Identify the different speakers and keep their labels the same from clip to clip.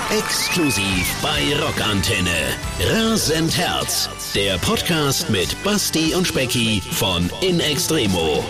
Speaker 1: Exklusiv bei Rockantenne. Rasend Herz. Der Podcast mit Basti und Specki von In Extremo.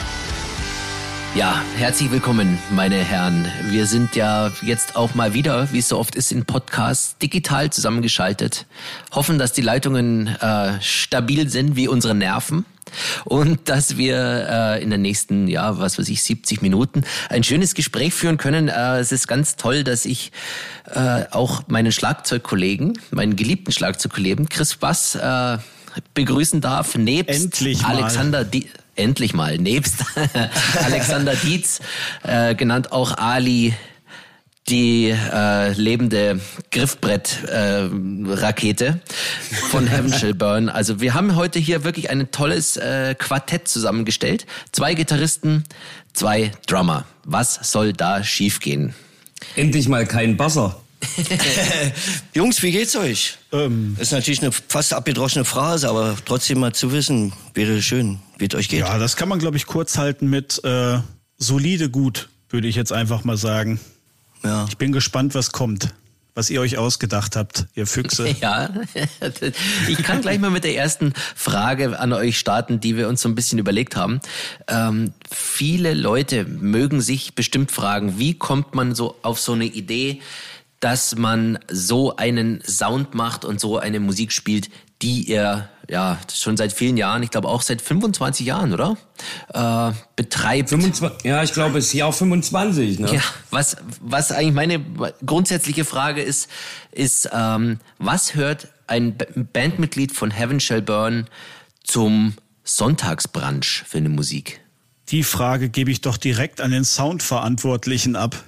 Speaker 2: Ja, herzlich willkommen, meine Herren. Wir sind ja jetzt auch mal wieder, wie es so oft ist, in Podcasts digital zusammengeschaltet. Hoffen, dass die Leitungen stabil sind wie unsere Nerven. Und dass wir in den nächsten, 70 Minuten ein schönes Gespräch führen können. Es ist ganz toll, dass ich auch meinen Schlagzeugkollegen, meinen geliebten Schlagzeugkollegen Chris Bass begrüßen darf, nebst Alexander nebst Alexander Dietz, genannt auch Ali, die lebende Griffbrett-Rakete von Heaven Shall Burn. Also wir haben heute hier wirklich ein tolles Quartett zusammengestellt. 2 Gitarristen, 2 Drummer. Was soll da schiefgehen?
Speaker 3: Endlich mal kein Basser.
Speaker 4: Jungs, wie geht's euch? Ist natürlich eine fast abgedroschene Phrase, aber trotzdem mal zu wissen, wäre schön, wie es euch geht.
Speaker 5: Ja, das kann man, glaube ich, kurz halten mit solide gut, würde ich jetzt einfach mal sagen. Ja. Ich bin gespannt, was kommt, was ihr euch ausgedacht habt, ihr Füchse.
Speaker 2: Ja, ich kann gleich mal mit der ersten Frage an euch starten, die wir uns so ein bisschen überlegt haben. Viele Leute mögen sich bestimmt fragen, wie kommt man so auf so eine Idee, dass man so einen Sound macht und so eine Musik spielt, die ihr ja schon seit vielen Jahren, ich glaube auch seit 25 Jahren, oder? Betreibt.
Speaker 3: 25, ja, ich glaube, es ist Jahr 25, ne?
Speaker 2: Ja, was eigentlich meine grundsätzliche Frage ist, was hört ein Bandmitglied von Heaven Shall Burn zum Sonntagsbrunch für eine Musik?
Speaker 5: Die Frage gebe ich doch direkt an den Soundverantwortlichen ab.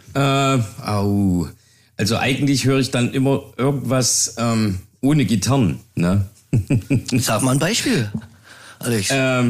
Speaker 3: Also eigentlich höre ich dann immer irgendwas ohne Gitarren, ne?
Speaker 4: Sag mal ein Beispiel, Alex.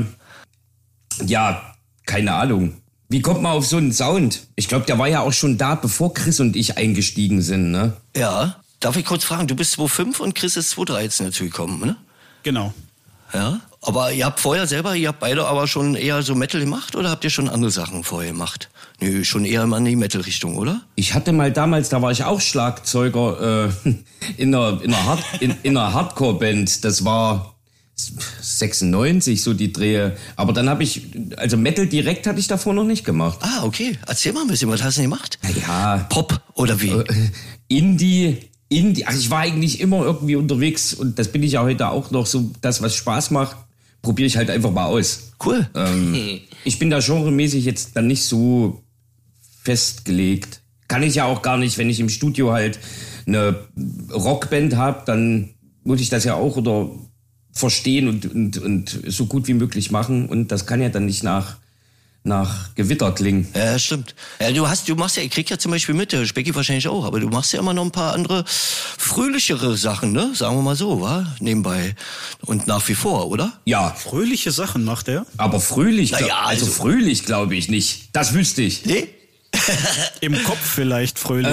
Speaker 3: Ja, keine Ahnung. Wie kommt man auf so einen Sound? Ich glaube, der war ja auch schon da, bevor Chris und ich eingestiegen sind, ne?
Speaker 4: Ja, darf ich kurz fragen, du bist 2005 und Chris ist 2013 dazu gekommen, ne?
Speaker 5: Genau.
Speaker 4: Ja, aber ihr habt beide aber schon eher so Metal gemacht oder habt ihr schon andere Sachen vorher gemacht? Nö, schon eher mal in die Metal-Richtung, oder?
Speaker 3: Ich hatte mal damals, da war ich auch Schlagzeuger in einer Hardcore-Band. Das war 96, so die Drehe. Aber dann habe ich, also Metal direkt hatte ich davor noch nicht gemacht.
Speaker 4: Ah, okay. Erzähl mal ein bisschen, was hast du denn gemacht?
Speaker 3: Ja.
Speaker 4: Pop oder wie?
Speaker 3: Indie. Also ich war eigentlich immer irgendwie unterwegs und das bin ich ja heute auch noch so. Das, was Spaß macht, probiere ich halt einfach mal aus.
Speaker 4: Cool.
Speaker 3: Ich bin da genremäßig jetzt dann nicht so festgelegt. Kann ich ja auch gar nicht, wenn ich im Studio halt eine Rockband habe, dann muss ich das ja auch oder verstehen und so gut wie möglich machen. Und das kann ja dann nicht nach Gewitter klingen.
Speaker 4: Ja, stimmt. Ja, du machst ja, ich krieg ja zum Beispiel mit, der Specki wahrscheinlich auch, aber du machst ja immer noch ein paar andere fröhlichere Sachen, ne? Sagen wir mal so, wa? Nebenbei. Und nach wie vor, oder?
Speaker 3: Ja.
Speaker 5: Fröhliche Sachen macht er?
Speaker 3: Aber fröhlich,
Speaker 4: also
Speaker 3: fröhlich glaube ich nicht. Das wüsste ich.
Speaker 4: Nee?
Speaker 5: Im Kopf vielleicht fröhlich.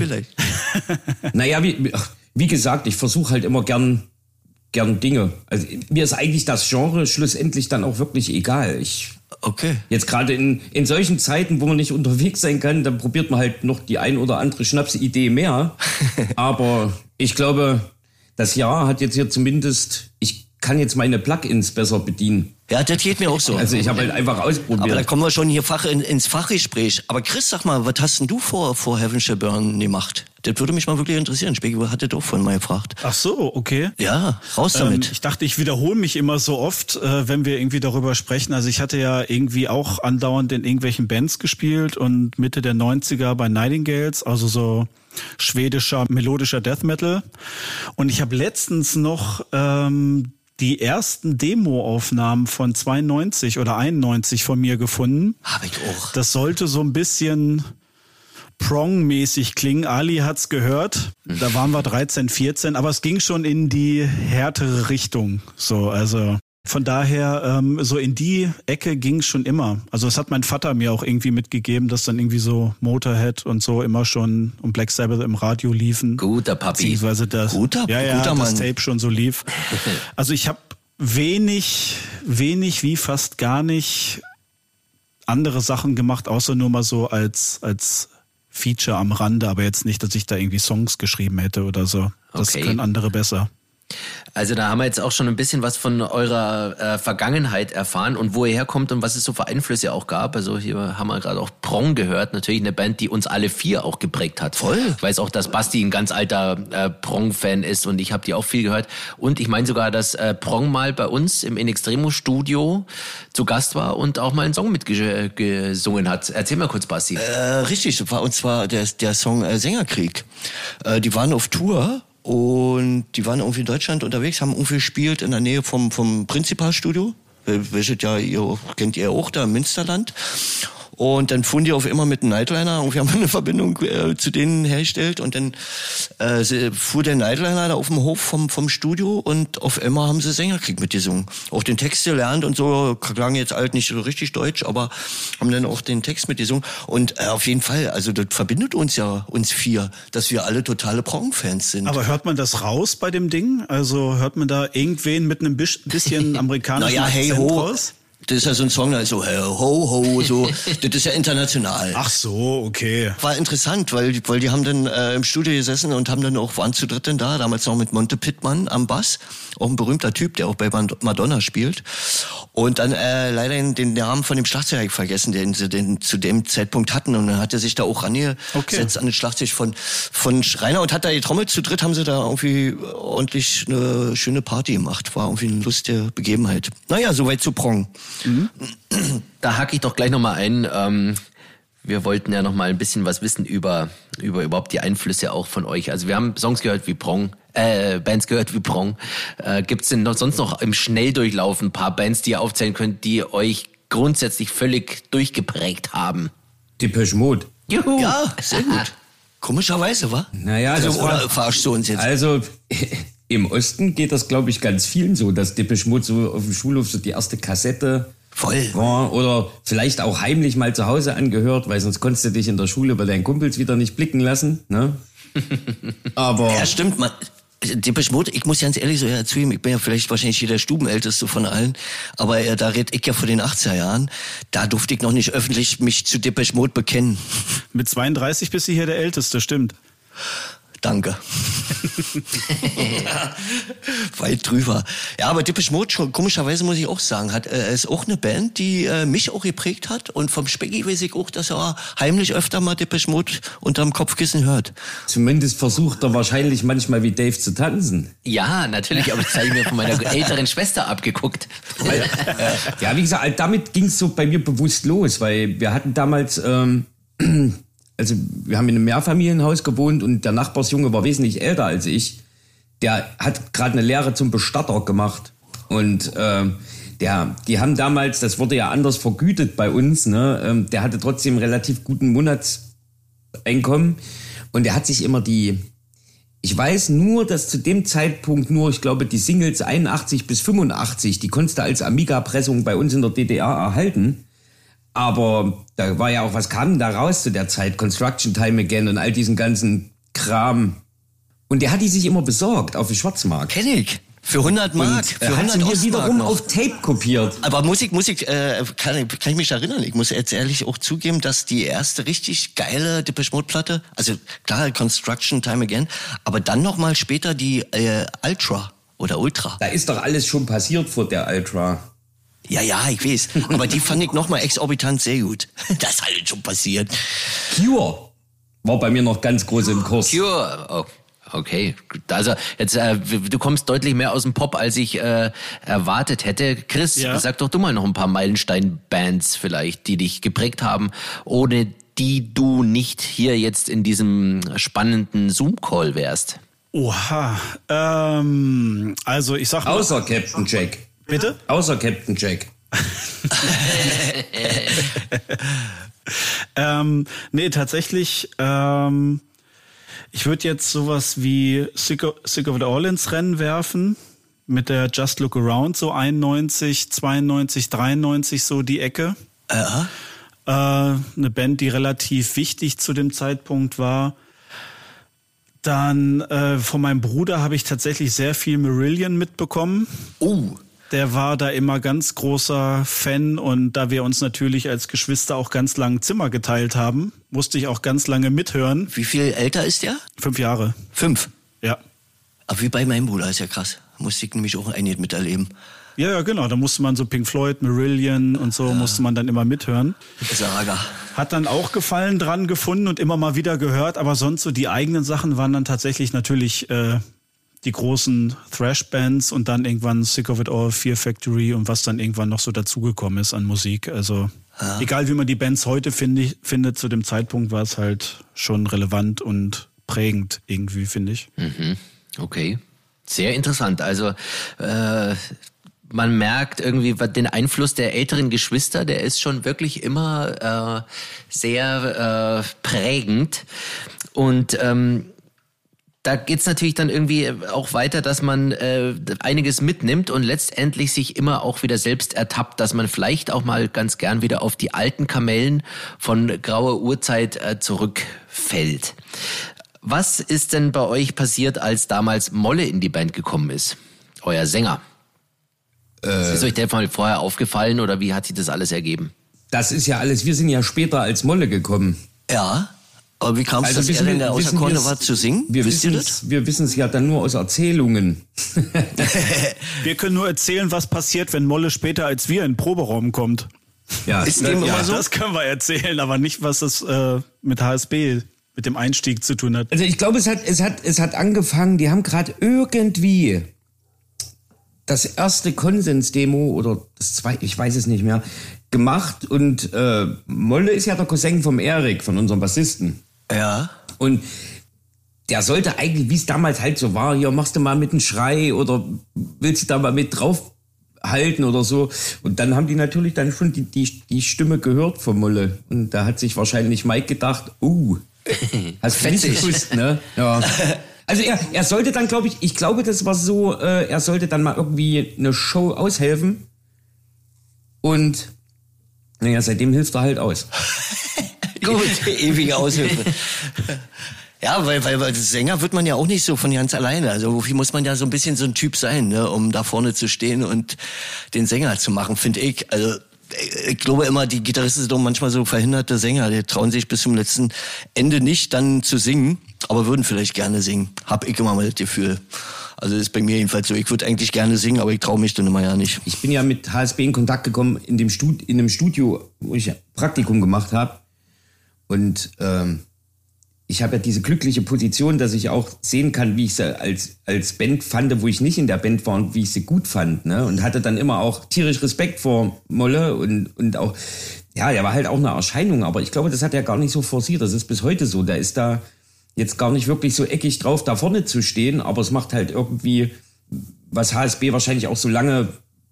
Speaker 3: Naja, wie gesagt, ich versuche halt immer gern Dinge. Also mir ist eigentlich das Genre schlussendlich dann auch wirklich egal.
Speaker 4: Okay.
Speaker 3: Jetzt gerade in solchen Zeiten, wo man nicht unterwegs sein kann, dann probiert man halt noch die ein oder andere Schnapsidee mehr. Aber ich glaube, das Jahr hat jetzt hier zumindest, ich kann jetzt meine Plugins besser bedienen.
Speaker 4: Ja, das geht mir auch so.
Speaker 3: Also ich habe halt einfach ausprobiert.
Speaker 4: Aber da kommen wir schon hier ins Fachgespräch. Aber Chris, sag mal, was hast denn du vor Heaven Shall Burn gemacht? Das würde mich mal wirklich interessieren. Specki hat das auch vorhin mal gefragt.
Speaker 5: Ach so, okay.
Speaker 4: Ja, raus damit.
Speaker 5: Ich dachte, ich wiederhole mich immer so oft, wenn wir irgendwie darüber sprechen. Also ich hatte ja irgendwie auch andauernd in irgendwelchen Bands gespielt und Mitte der 90er bei Nightingales, also so schwedischer, melodischer Death Metal. Und ich habe letztens noch die ersten Demo-Aufnahmen von 92 oder 91 von mir gefunden.
Speaker 4: Hab ich auch.
Speaker 5: Das sollte so ein bisschen Prong-mäßig klingen. Ali hat's gehört. Da waren wir 13, 14, aber es ging schon in die härtere Richtung. So, also von daher, so in die Ecke ging's schon immer. Also das hat mein Vater mir auch irgendwie mitgegeben, dass dann irgendwie so Motorhead und so immer schon und Black Sabbath im Radio liefen.
Speaker 2: Guter Papi.
Speaker 5: Beziehungsweise das,
Speaker 4: guter
Speaker 5: das
Speaker 4: Mann.
Speaker 5: Tape schon so lief. Also ich habe wenig wie fast gar nicht andere Sachen gemacht, außer nur mal so als Feature am Rande, aber jetzt nicht, dass ich da irgendwie Songs geschrieben hätte oder so. Das können andere besser.
Speaker 2: Also da haben wir jetzt auch schon ein bisschen was von eurer Vergangenheit erfahren und wo ihr herkommt und was es so für Einflüsse auch gab. Also hier haben wir gerade auch Prong gehört, natürlich eine Band, die uns alle 4 auch geprägt hat.
Speaker 4: Voll.
Speaker 2: Ich weiß auch, dass Basti ein ganz alter Prong-Fan ist und ich habe die auch viel gehört. Und ich meine sogar, dass Prong mal bei uns im In Extremo Studio zu Gast war und auch mal einen Song mitgesungen hat. Erzähl mal kurz, Basti.
Speaker 4: Richtig, und zwar der Song Sängerkrieg. Die waren auf Tour. Und die waren irgendwie in Deutschland unterwegs, haben irgendwie gespielt in der Nähe vom Prinzipalstudio. Welches ja, kennt ihr auch, da im Münsterland. Und dann fuhren die auf immer mit einem Nightliner und wir haben eine Verbindung zu denen hergestellt und dann fuhr der Nightliner da auf dem Hof vom Studio und auf einmal haben sie Sängerkrieg mitgesungen. Auch den Text gelernt und so, klang jetzt alt nicht so richtig deutsch, aber haben dann auch den Text mitgesungen. Und auf jeden Fall, also das verbindet uns 4, dass wir alle totale Prong-Fans sind.
Speaker 5: Aber hört man das raus bei dem Ding? Also hört man da irgendwen mit einem bisschen amerikanischen
Speaker 4: naja, hey
Speaker 5: Akzent
Speaker 4: ho.
Speaker 5: raus?
Speaker 4: Das ist ja so ein Song, also hey, ho, ho, so. Das ist ja international.
Speaker 5: Ach so, okay.
Speaker 4: War interessant, weil die haben dann im Studio gesessen und haben dann auch, waren zu dritt denn da, damals noch mit Monte Pittman am Bass, auch ein berühmter Typ, der auch bei Madonna spielt. Und dann leider den Namen von dem Schlagzeug vergessen, den sie zu dem Zeitpunkt hatten. Und dann hat er sich da auch rangesetzt an das Schlagzeug von Schreiner und hat da getrommelt. Zu dritt haben sie da irgendwie ordentlich eine schöne Party gemacht. War irgendwie eine lustige Begebenheit. Naja, soweit zu Prong.
Speaker 2: Da hake ich doch gleich nochmal ein. Wir wollten ja nochmal ein bisschen was wissen über überhaupt die Einflüsse auch von euch. Also wir haben Songs gehört wie Prong, Bands gehört wie Prong. Gibt's denn sonst noch im Schnelldurchlauf ein paar Bands, die ihr aufzählen könnt, die euch grundsätzlich völlig durchgeprägt haben?
Speaker 3: Depeche Mode.
Speaker 2: Juhu!
Speaker 4: Ja, sehr gut. Komischerweise, wa?
Speaker 3: Naja,
Speaker 4: also,
Speaker 3: das war,
Speaker 4: oder verarschst du uns jetzt?
Speaker 3: Also im Osten geht das, glaube ich, ganz vielen so, dass Depeche Mode so auf dem Schulhof so die erste Kassette
Speaker 4: voll
Speaker 3: war oder vielleicht auch heimlich mal zu Hause angehört, weil sonst konntest du dich in der Schule bei deinen Kumpels wieder nicht blicken lassen, ne? Aber
Speaker 4: ja, stimmt, man. Depeche Mode, ich muss ganz ehrlich so zugeben, ich bin ja vielleicht wahrscheinlich hier der Stubenälteste von allen, aber da red ich ja von den 80er Jahren, da durfte ich noch nicht öffentlich mich zu Depeche Mode bekennen.
Speaker 5: Mit 32 bist du hier der Älteste, stimmt.
Speaker 4: Danke. Weit drüber. Ja, aber Depeche Mode, schon komischerweise muss ich auch sagen, ist auch eine Band, die mich auch geprägt hat. Und vom Specki weiß ich auch, dass er heimlich öfter mal Depeche Mode unterm Kopfkissen hört.
Speaker 3: Zumindest versucht er wahrscheinlich manchmal wie Dave zu tanzen.
Speaker 2: Ja, natürlich, aber das habe ich mir von meiner älteren Schwester abgeguckt.
Speaker 3: Ja, wie gesagt, damit ging es so bei mir bewusst los, weil wir hatten damals... Also wir haben in einem Mehrfamilienhaus gewohnt und der Nachbarsjunge war wesentlich älter als ich. Der hat gerade eine Lehre zum Bestatter gemacht. Und die haben damals, das wurde ja anders vergütet bei uns, ne? Der hatte trotzdem relativ guten Monatseinkommen. Und der hat sich immer ich weiß nur, dass zu dem Zeitpunkt ich glaube, die Singles 81 bis 85, die konntest du als Amiga-Pressung bei uns in der DDR erhalten. Aber da war ja auch, was kam denn da raus zu der Zeit? Construction Time Again und all diesen ganzen Kram. Und der hat die sich immer besorgt auf dem Schwarzmarkt.
Speaker 4: Kenn ich. Für 100 Mark. Für 100
Speaker 3: hat sie wiederum
Speaker 4: noch
Speaker 3: auf Tape kopiert.
Speaker 4: Aber kann ich mich erinnern? Ich muss jetzt ehrlich auch zugeben, dass die erste richtig geile Depeche Mode Platte, also klar, Construction Time Again, aber dann noch mal später die Ultra oder Ultra.
Speaker 3: Da ist doch alles schon passiert vor der Ultra.
Speaker 4: Ja, ich weiß. Aber die fand ich nochmal exorbitant sehr gut. Das ist halt schon passiert.
Speaker 3: Cure war bei mir noch ganz groß im Kurs.
Speaker 2: Cure, oh, okay. Also jetzt, du kommst deutlich mehr aus dem Pop, als ich erwartet hätte. Chris, sag doch du mal noch ein paar Meilenstein-Bands vielleicht, die dich geprägt haben, ohne die du nicht hier jetzt in diesem spannenden Zoom-Call wärst.
Speaker 5: Oha, also ich sag mal...
Speaker 3: Außer Captain Jack.
Speaker 5: Bitte?
Speaker 3: Außer Captain Jack.
Speaker 5: Nee, tatsächlich, ich würde jetzt sowas wie Sick of It All ins Rennen werfen, mit der Just Look Around, so 91, 92, 93, so die Ecke. Eine Band, die relativ wichtig zu dem Zeitpunkt war. Dann von meinem Bruder habe ich tatsächlich sehr viel Marillion mitbekommen. Der war da immer ganz großer Fan und da wir uns natürlich als Geschwister auch ganz lang Zimmer geteilt haben, musste ich auch ganz lange mithören.
Speaker 4: Wie viel älter ist der?
Speaker 5: 5 Jahre.
Speaker 4: 5?
Speaker 5: Ja.
Speaker 4: Aber wie bei meinem Bruder, ist ja krass. Musste ich nämlich auch einiges miterleben.
Speaker 5: Ja, genau. Da musste man so Pink Floyd, Marillion und so musste man dann immer mithören.
Speaker 4: Saga.
Speaker 5: Hat dann auch Gefallen dran gefunden und immer mal wieder gehört, aber sonst so die eigenen Sachen waren dann tatsächlich natürlich die großen Thrash-Bands und dann irgendwann Sick of It All, Fear Factory und was dann irgendwann noch so dazugekommen ist an Musik. Also egal wie man die Bands heute findet, zu dem Zeitpunkt war es halt schon relevant und prägend irgendwie, finde ich.
Speaker 2: Mhm. Okay, sehr interessant. Also man merkt irgendwie den Einfluss der älteren Geschwister, der ist schon wirklich immer sehr prägend. Und da geht's natürlich dann irgendwie auch weiter, dass man einiges mitnimmt und letztendlich sich immer auch wieder selbst ertappt, dass man vielleicht auch mal ganz gern wieder auf die alten Kamellen von grauer Urzeit zurückfällt. Was ist denn bei euch passiert, als damals Molle in die Band gekommen ist? Euer Sänger. Ist euch der mal vorher aufgefallen oder wie hat sich das alles ergeben?
Speaker 3: Das ist ja alles, wir sind ja später als Molle gekommen.
Speaker 4: Ja, aber wie kam es, dass er denn da außer Korne war zu singen?
Speaker 3: Wir wissen es ja dann nur aus Erzählungen.
Speaker 5: Wir können nur erzählen, was passiert, wenn Molle später als wir in den Proberaum kommt.
Speaker 3: Ja,
Speaker 4: ist dem immer so?
Speaker 5: Das können wir erzählen, aber nicht, was es mit HSB, mit dem Einstieg zu tun hat.
Speaker 3: Also ich glaube, es hat angefangen, die haben gerade irgendwie das erste Konsens-Demo oder das zweite, ich weiß es nicht mehr, gemacht und Molle ist ja der Cousin vom Erik, von unserem Bassisten.
Speaker 4: Ja.
Speaker 3: Und der sollte eigentlich, wie es damals halt so war, hier machst du mal mit einem Schrei oder willst du da mal mit draufhalten oder so. Und dann haben die natürlich dann schon die Stimme gehört von Molle. Und da hat sich wahrscheinlich Mike gedacht, hast du nicht gewusst, ne? Ja. Also er sollte dann, glaube ich glaube, das war so, er sollte dann mal irgendwie eine Show aushelfen. Und naja, seitdem hilft er halt aus.
Speaker 4: Gut, ewige Aushilfe. Ja, weil als Sänger wird man ja auch nicht so von ganz alleine. Also wofür muss man ja so ein bisschen so ein Typ sein, ne, um da vorne zu stehen und den Sänger zu machen, finde ich. Also ich glaube immer, die Gitarristen sind doch manchmal so verhinderte Sänger. Die trauen sich bis zum letzten Ende nicht dann zu singen, aber würden vielleicht gerne singen. Hab ich immer mal das Gefühl. Also das ist bei mir jedenfalls so. Ich würde eigentlich gerne singen, aber ich traue mich dann immer ja nicht.
Speaker 3: Ich bin ja mit HSB in Kontakt gekommen in einem Studio, wo ich Praktikum gemacht habe. Und ich habe ja diese glückliche Position, dass ich auch sehen kann, wie ich sie als Band fand, wo ich nicht in der Band war und wie ich sie gut fand. Ne? Und hatte dann immer auch tierisch Respekt vor Molle und auch, ja, der war halt auch eine Erscheinung. Aber ich glaube, das hat er gar nicht so forciert. Das ist bis heute so. Der ist da jetzt gar nicht wirklich so eckig drauf, da vorne zu stehen. Aber es macht halt irgendwie, was HSB wahrscheinlich auch so lange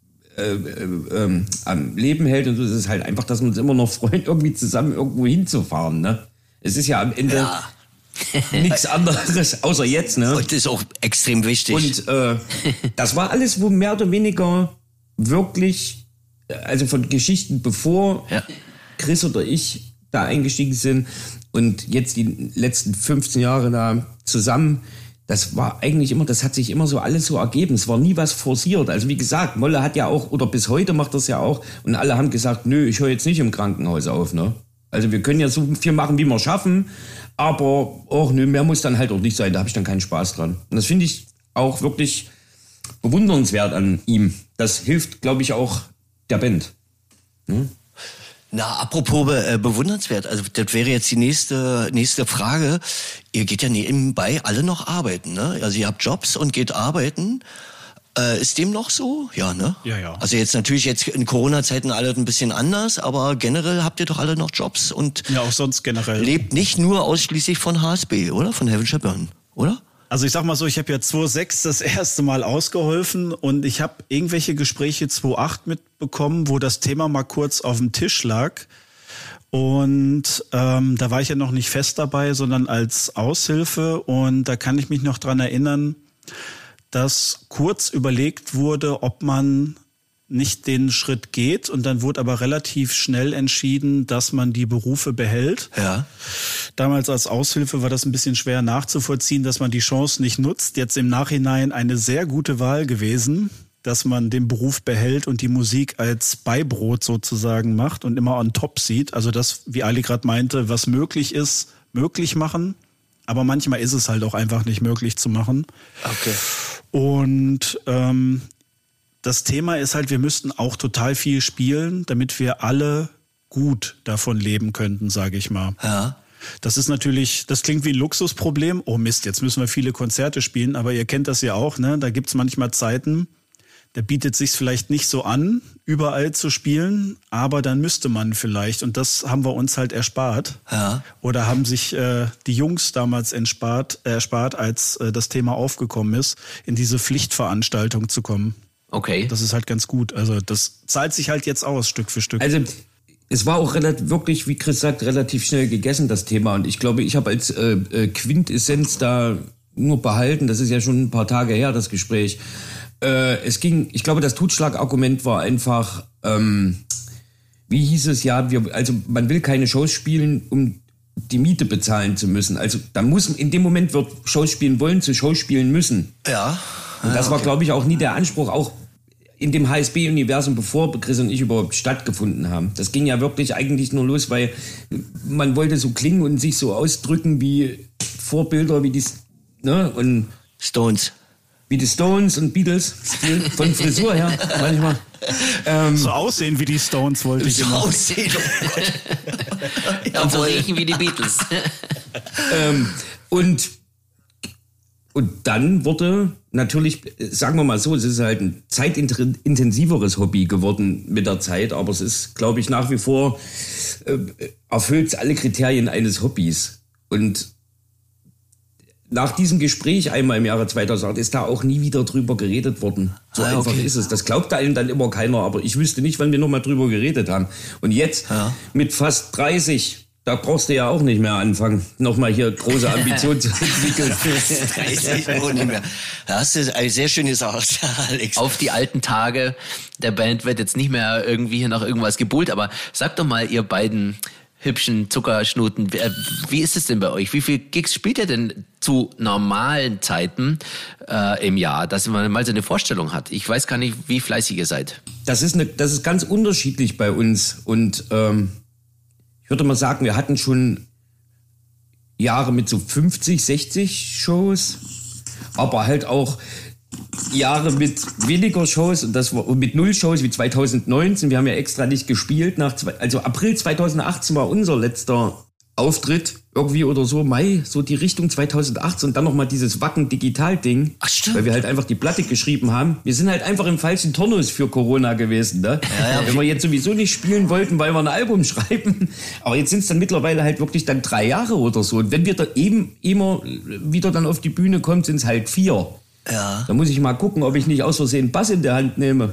Speaker 3: am Leben hält. Und so ist es halt einfach, dass man uns immer noch freut, irgendwie zusammen irgendwo hinzufahren. Ne? Es ist ja am Ende nichts anderes, außer jetzt. Ne?
Speaker 4: Und das ist auch extrem wichtig.
Speaker 3: Und das war alles, wo mehr oder weniger wirklich, also von Geschichten, bevor Chris oder ich da eingestiegen sind und jetzt die letzten 15 Jahre da zusammen, das war eigentlich immer, das hat sich immer so alles so ergeben. Es war nie was forciert. Also wie gesagt, Molle hat ja auch, oder bis heute macht das ja auch, und alle haben gesagt, nö, ich höre jetzt nicht im Krankenhaus auf, ne? Also wir können ja so viel machen, wie wir schaffen, aber mehr muss dann halt auch nicht sein, da habe ich dann keinen Spaß dran. Und das finde ich auch wirklich bewundernswert an ihm. Das hilft, glaube ich, auch der Band. Hm?
Speaker 4: Na, apropos bewundernswert, also das wäre jetzt die nächste Frage. Ihr geht ja nebenbei alle noch arbeiten, ne? Also ihr habt Jobs und geht arbeiten. Ist dem noch so? Ja, ne?
Speaker 5: Ja.
Speaker 4: Also jetzt natürlich jetzt in Corona-Zeiten alle ein bisschen anders, aber generell habt ihr doch alle noch Jobs und
Speaker 5: ja, auch sonst generell.
Speaker 4: Lebt nicht nur ausschließlich von HSB, oder? Von Heaven Shall Burn, oder?
Speaker 5: Also ich sag mal so, ich habe ja 2006 das erste Mal ausgeholfen und ich habe irgendwelche Gespräche 2008 mitbekommen, wo das Thema mal kurz auf dem Tisch lag. Und da war ich ja noch nicht fest dabei, sondern als Aushilfe. Und da kann ich mich noch dran erinnern, dass kurz überlegt wurde, ob man nicht den Schritt geht. Und dann wurde aber relativ schnell entschieden, dass man die Berufe behält.
Speaker 4: Ja.
Speaker 5: Damals als Aushilfe war das ein bisschen schwer nachzuvollziehen, dass man die Chance nicht nutzt. Jetzt im Nachhinein eine sehr gute Wahl gewesen. dass man den Beruf behält und die Musik als Beibrot sozusagen macht und immer on top sieht. Also das, wie Ali gerade meinte, was möglich ist, möglich machen. Aber manchmal ist es halt auch einfach nicht möglich zu machen.
Speaker 4: Okay.
Speaker 5: Und das Thema ist halt, wir müssten auch total viel spielen, damit wir alle gut davon leben könnten, sage ich mal.
Speaker 4: Ja.
Speaker 5: Das ist natürlich, das klingt wie ein Luxusproblem. Oh Mist, jetzt müssen wir viele Konzerte spielen, aber ihr kennt das ja auch, ne? Da gibt's manchmal Zeiten, da bietet sich's vielleicht nicht so an, überall zu spielen, aber dann müsste man vielleicht. Und das haben wir uns halt erspart.
Speaker 4: Ja.
Speaker 5: Oder haben sich die Jungs damals erspart, als das Thema aufgekommen ist, in diese Pflichtveranstaltung zu kommen.
Speaker 2: Okay.
Speaker 5: Das ist halt ganz gut. Also das zahlt sich halt jetzt aus, Stück für Stück.
Speaker 3: Also es war auch wirklich, wie Chris sagt, relativ schnell gegessen, das Thema. Und ich glaube, ich habe als Quintessenz da nur behalten, das ist ja schon ein paar Tage her, das Gespräch. Ich glaube, das Totschlagargument war einfach, wie hieß es, ja, man will keine Shows spielen, um die Miete bezahlen zu müssen. Also da muss in dem Moment wird Shows spielen wollen, zu Shows spielen müssen.
Speaker 4: Ja.
Speaker 3: Und das war, glaube ich, auch nie der Anspruch, auch in dem HSB-Universum, bevor Chris und ich überhaupt stattgefunden haben. Das ging ja wirklich eigentlich nur los, weil man wollte so klingen und sich so ausdrücken wie Vorbilder, wie die, ne, und
Speaker 4: Stones.
Speaker 3: Wie die Stones und Beatles, von Frisur her manchmal.
Speaker 5: So aussehen wie die Stones wollte ich immer.
Speaker 4: So aussehen.
Speaker 2: Und so riechen wie die Beatles.
Speaker 3: Und dann wurde natürlich, sagen wir mal so, es ist halt ein zeitintensiveres Hobby geworden mit der Zeit, aber es ist, glaube ich, nach wie vor, erfüllt alle Kriterien eines Hobbys. Und nach diesem Gespräch einmal im Jahre 2008 ist da auch nie wieder drüber geredet worden. So einfach ist es. Das glaubte einem dann immer keiner, aber ich wüsste nicht, wann wir nochmal drüber geredet haben. Und jetzt mit fast 30... Da brauchst du ja auch nicht mehr anfangen, nochmal hier große Ambitionen zu entwickeln.
Speaker 4: Nicht mehr. Das ist eine sehr schöne Sache, Alex.
Speaker 2: Auf die alten Tage der Band wird jetzt nicht mehr irgendwie hier nach irgendwas gebuhlt, aber sagt doch mal, ihr beiden hübschen Zuckerschnuten, wie ist es denn bei euch? Wie viel Gigs spielt ihr denn zu normalen Zeiten im Jahr, dass man mal so eine Vorstellung hat? Ich weiß gar nicht, wie fleißig ihr seid.
Speaker 3: Das ist ganz unterschiedlich bei uns und ich würde mal sagen, wir hatten schon Jahre mit so 50, 60 Shows, aber halt auch Jahre mit weniger Shows und das war mit 0 Shows wie 2019. Wir haben ja extra nicht gespielt. Also April 2018 war unser letzter Auftritt irgendwie oder so, Mai, so die Richtung 2018 und dann nochmal dieses Wacken-Digital-Ding.
Speaker 4: Ach, stimmt.
Speaker 3: Weil wir halt einfach die Platte geschrieben haben. Wir sind halt einfach im falschen Turnus für Corona gewesen, ne? Ja. Wenn wir jetzt sowieso nicht spielen wollten, weil wir ein Album schreiben. Aber jetzt sind es dann mittlerweile halt wirklich dann 3 Jahre oder so. Und wenn wir da eben immer wieder dann auf die Bühne kommen, sind es halt 4.
Speaker 4: Ja.
Speaker 3: Da muss ich mal gucken, ob ich nicht aus Versehen Bass in der Hand nehme.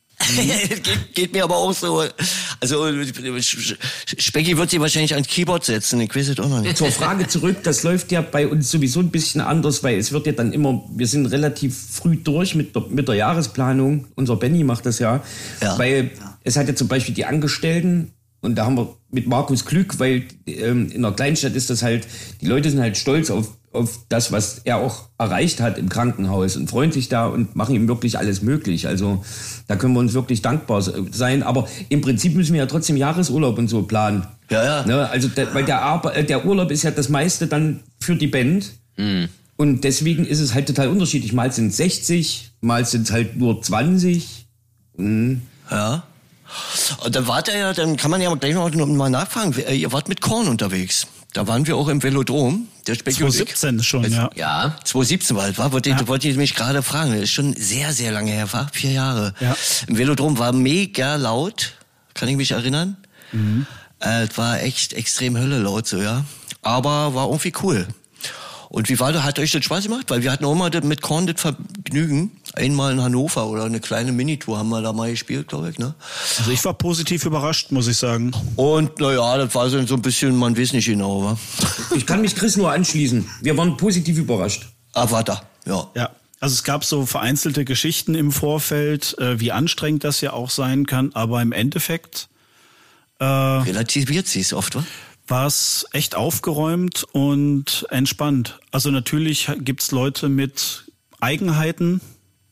Speaker 4: Geht mir aber auch so. Also Specki wird sich wahrscheinlich ans Keyboard setzen, ich weiß es auch noch nicht.
Speaker 3: Zur Frage zurück, das läuft ja bei uns sowieso ein bisschen anders, weil es wird ja dann immer, wir sind relativ früh durch mit der Jahresplanung, unser Benny macht das ja, weil es hat ja zum Beispiel die Angestellten und da haben wir mit Markus Glück, weil in einer Kleinstadt ist das halt, die Leute sind halt stolz auf das, was er auch erreicht hat im Krankenhaus und freuen sich da und machen ihm wirklich alles möglich. Also da können wir uns wirklich dankbar sein. Aber im Prinzip müssen wir ja trotzdem Jahresurlaub und so planen.
Speaker 4: Ja.
Speaker 3: Ne? Also weil der Urlaub ist ja das meiste dann für die Band. Mhm. Und deswegen ist es halt total unterschiedlich. Mal sind es 60, mal sind es halt nur 20. Mhm.
Speaker 4: Ja. Und dann kann man ja gleich noch mal nachfragen. Ihr wart mit Korn unterwegs. Da waren wir auch im Velodrom. Der
Speaker 5: 2017 schon, ja.
Speaker 4: Ja, 2017 wollte ich mich gerade fragen. Das ist schon sehr, sehr lange her, war 4 Jahre. Ja. Im Velodrom war mega laut, kann ich mich erinnern. Mhm. Es war echt extrem Hölle laut, so, ja. Aber war irgendwie cool. Und wie war das? Hat euch das Spaß gemacht? Weil wir hatten auch mal mit Korn das Vergnügen. Einmal in Hannover oder eine kleine Minitour haben wir da mal gespielt, glaube ich, ne?
Speaker 5: Also ich war positiv überrascht, muss ich sagen.
Speaker 4: Und naja, das war so ein bisschen, man weiß nicht genau, wa?
Speaker 3: Ich kann mich Chris nur anschließen. Wir waren positiv überrascht.
Speaker 4: Warte, ja.
Speaker 5: Ja. Also es gab so vereinzelte Geschichten im Vorfeld, wie anstrengend das ja auch sein kann, aber im Endeffekt
Speaker 4: relativiert sie es oft, wa?
Speaker 5: War es echt aufgeräumt und entspannt. Also natürlich gibt's Leute mit Eigenheiten,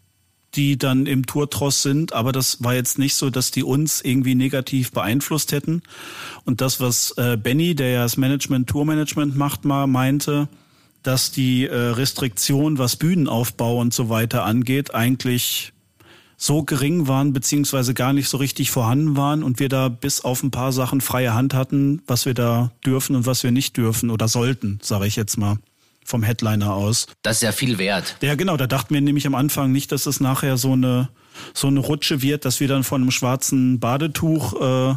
Speaker 5: die dann im Tourtross sind, aber das war jetzt nicht so, dass die uns irgendwie negativ beeinflusst hätten. Und das, was Benny, der ja das Tourmanagement macht, mal meinte, dass die Restriktion, was Bühnenaufbau und so weiter angeht, eigentlich so gering waren, beziehungsweise gar nicht so richtig vorhanden waren und wir da bis auf ein paar Sachen freie Hand hatten, was wir da dürfen und was wir nicht dürfen oder sollten, sage ich jetzt mal, vom Headliner aus.
Speaker 2: Das ist ja viel wert.
Speaker 5: Ja, genau, da dachten wir nämlich am Anfang nicht, dass es nachher so eine Rutsche wird, dass wir dann von einem schwarzen Badetuch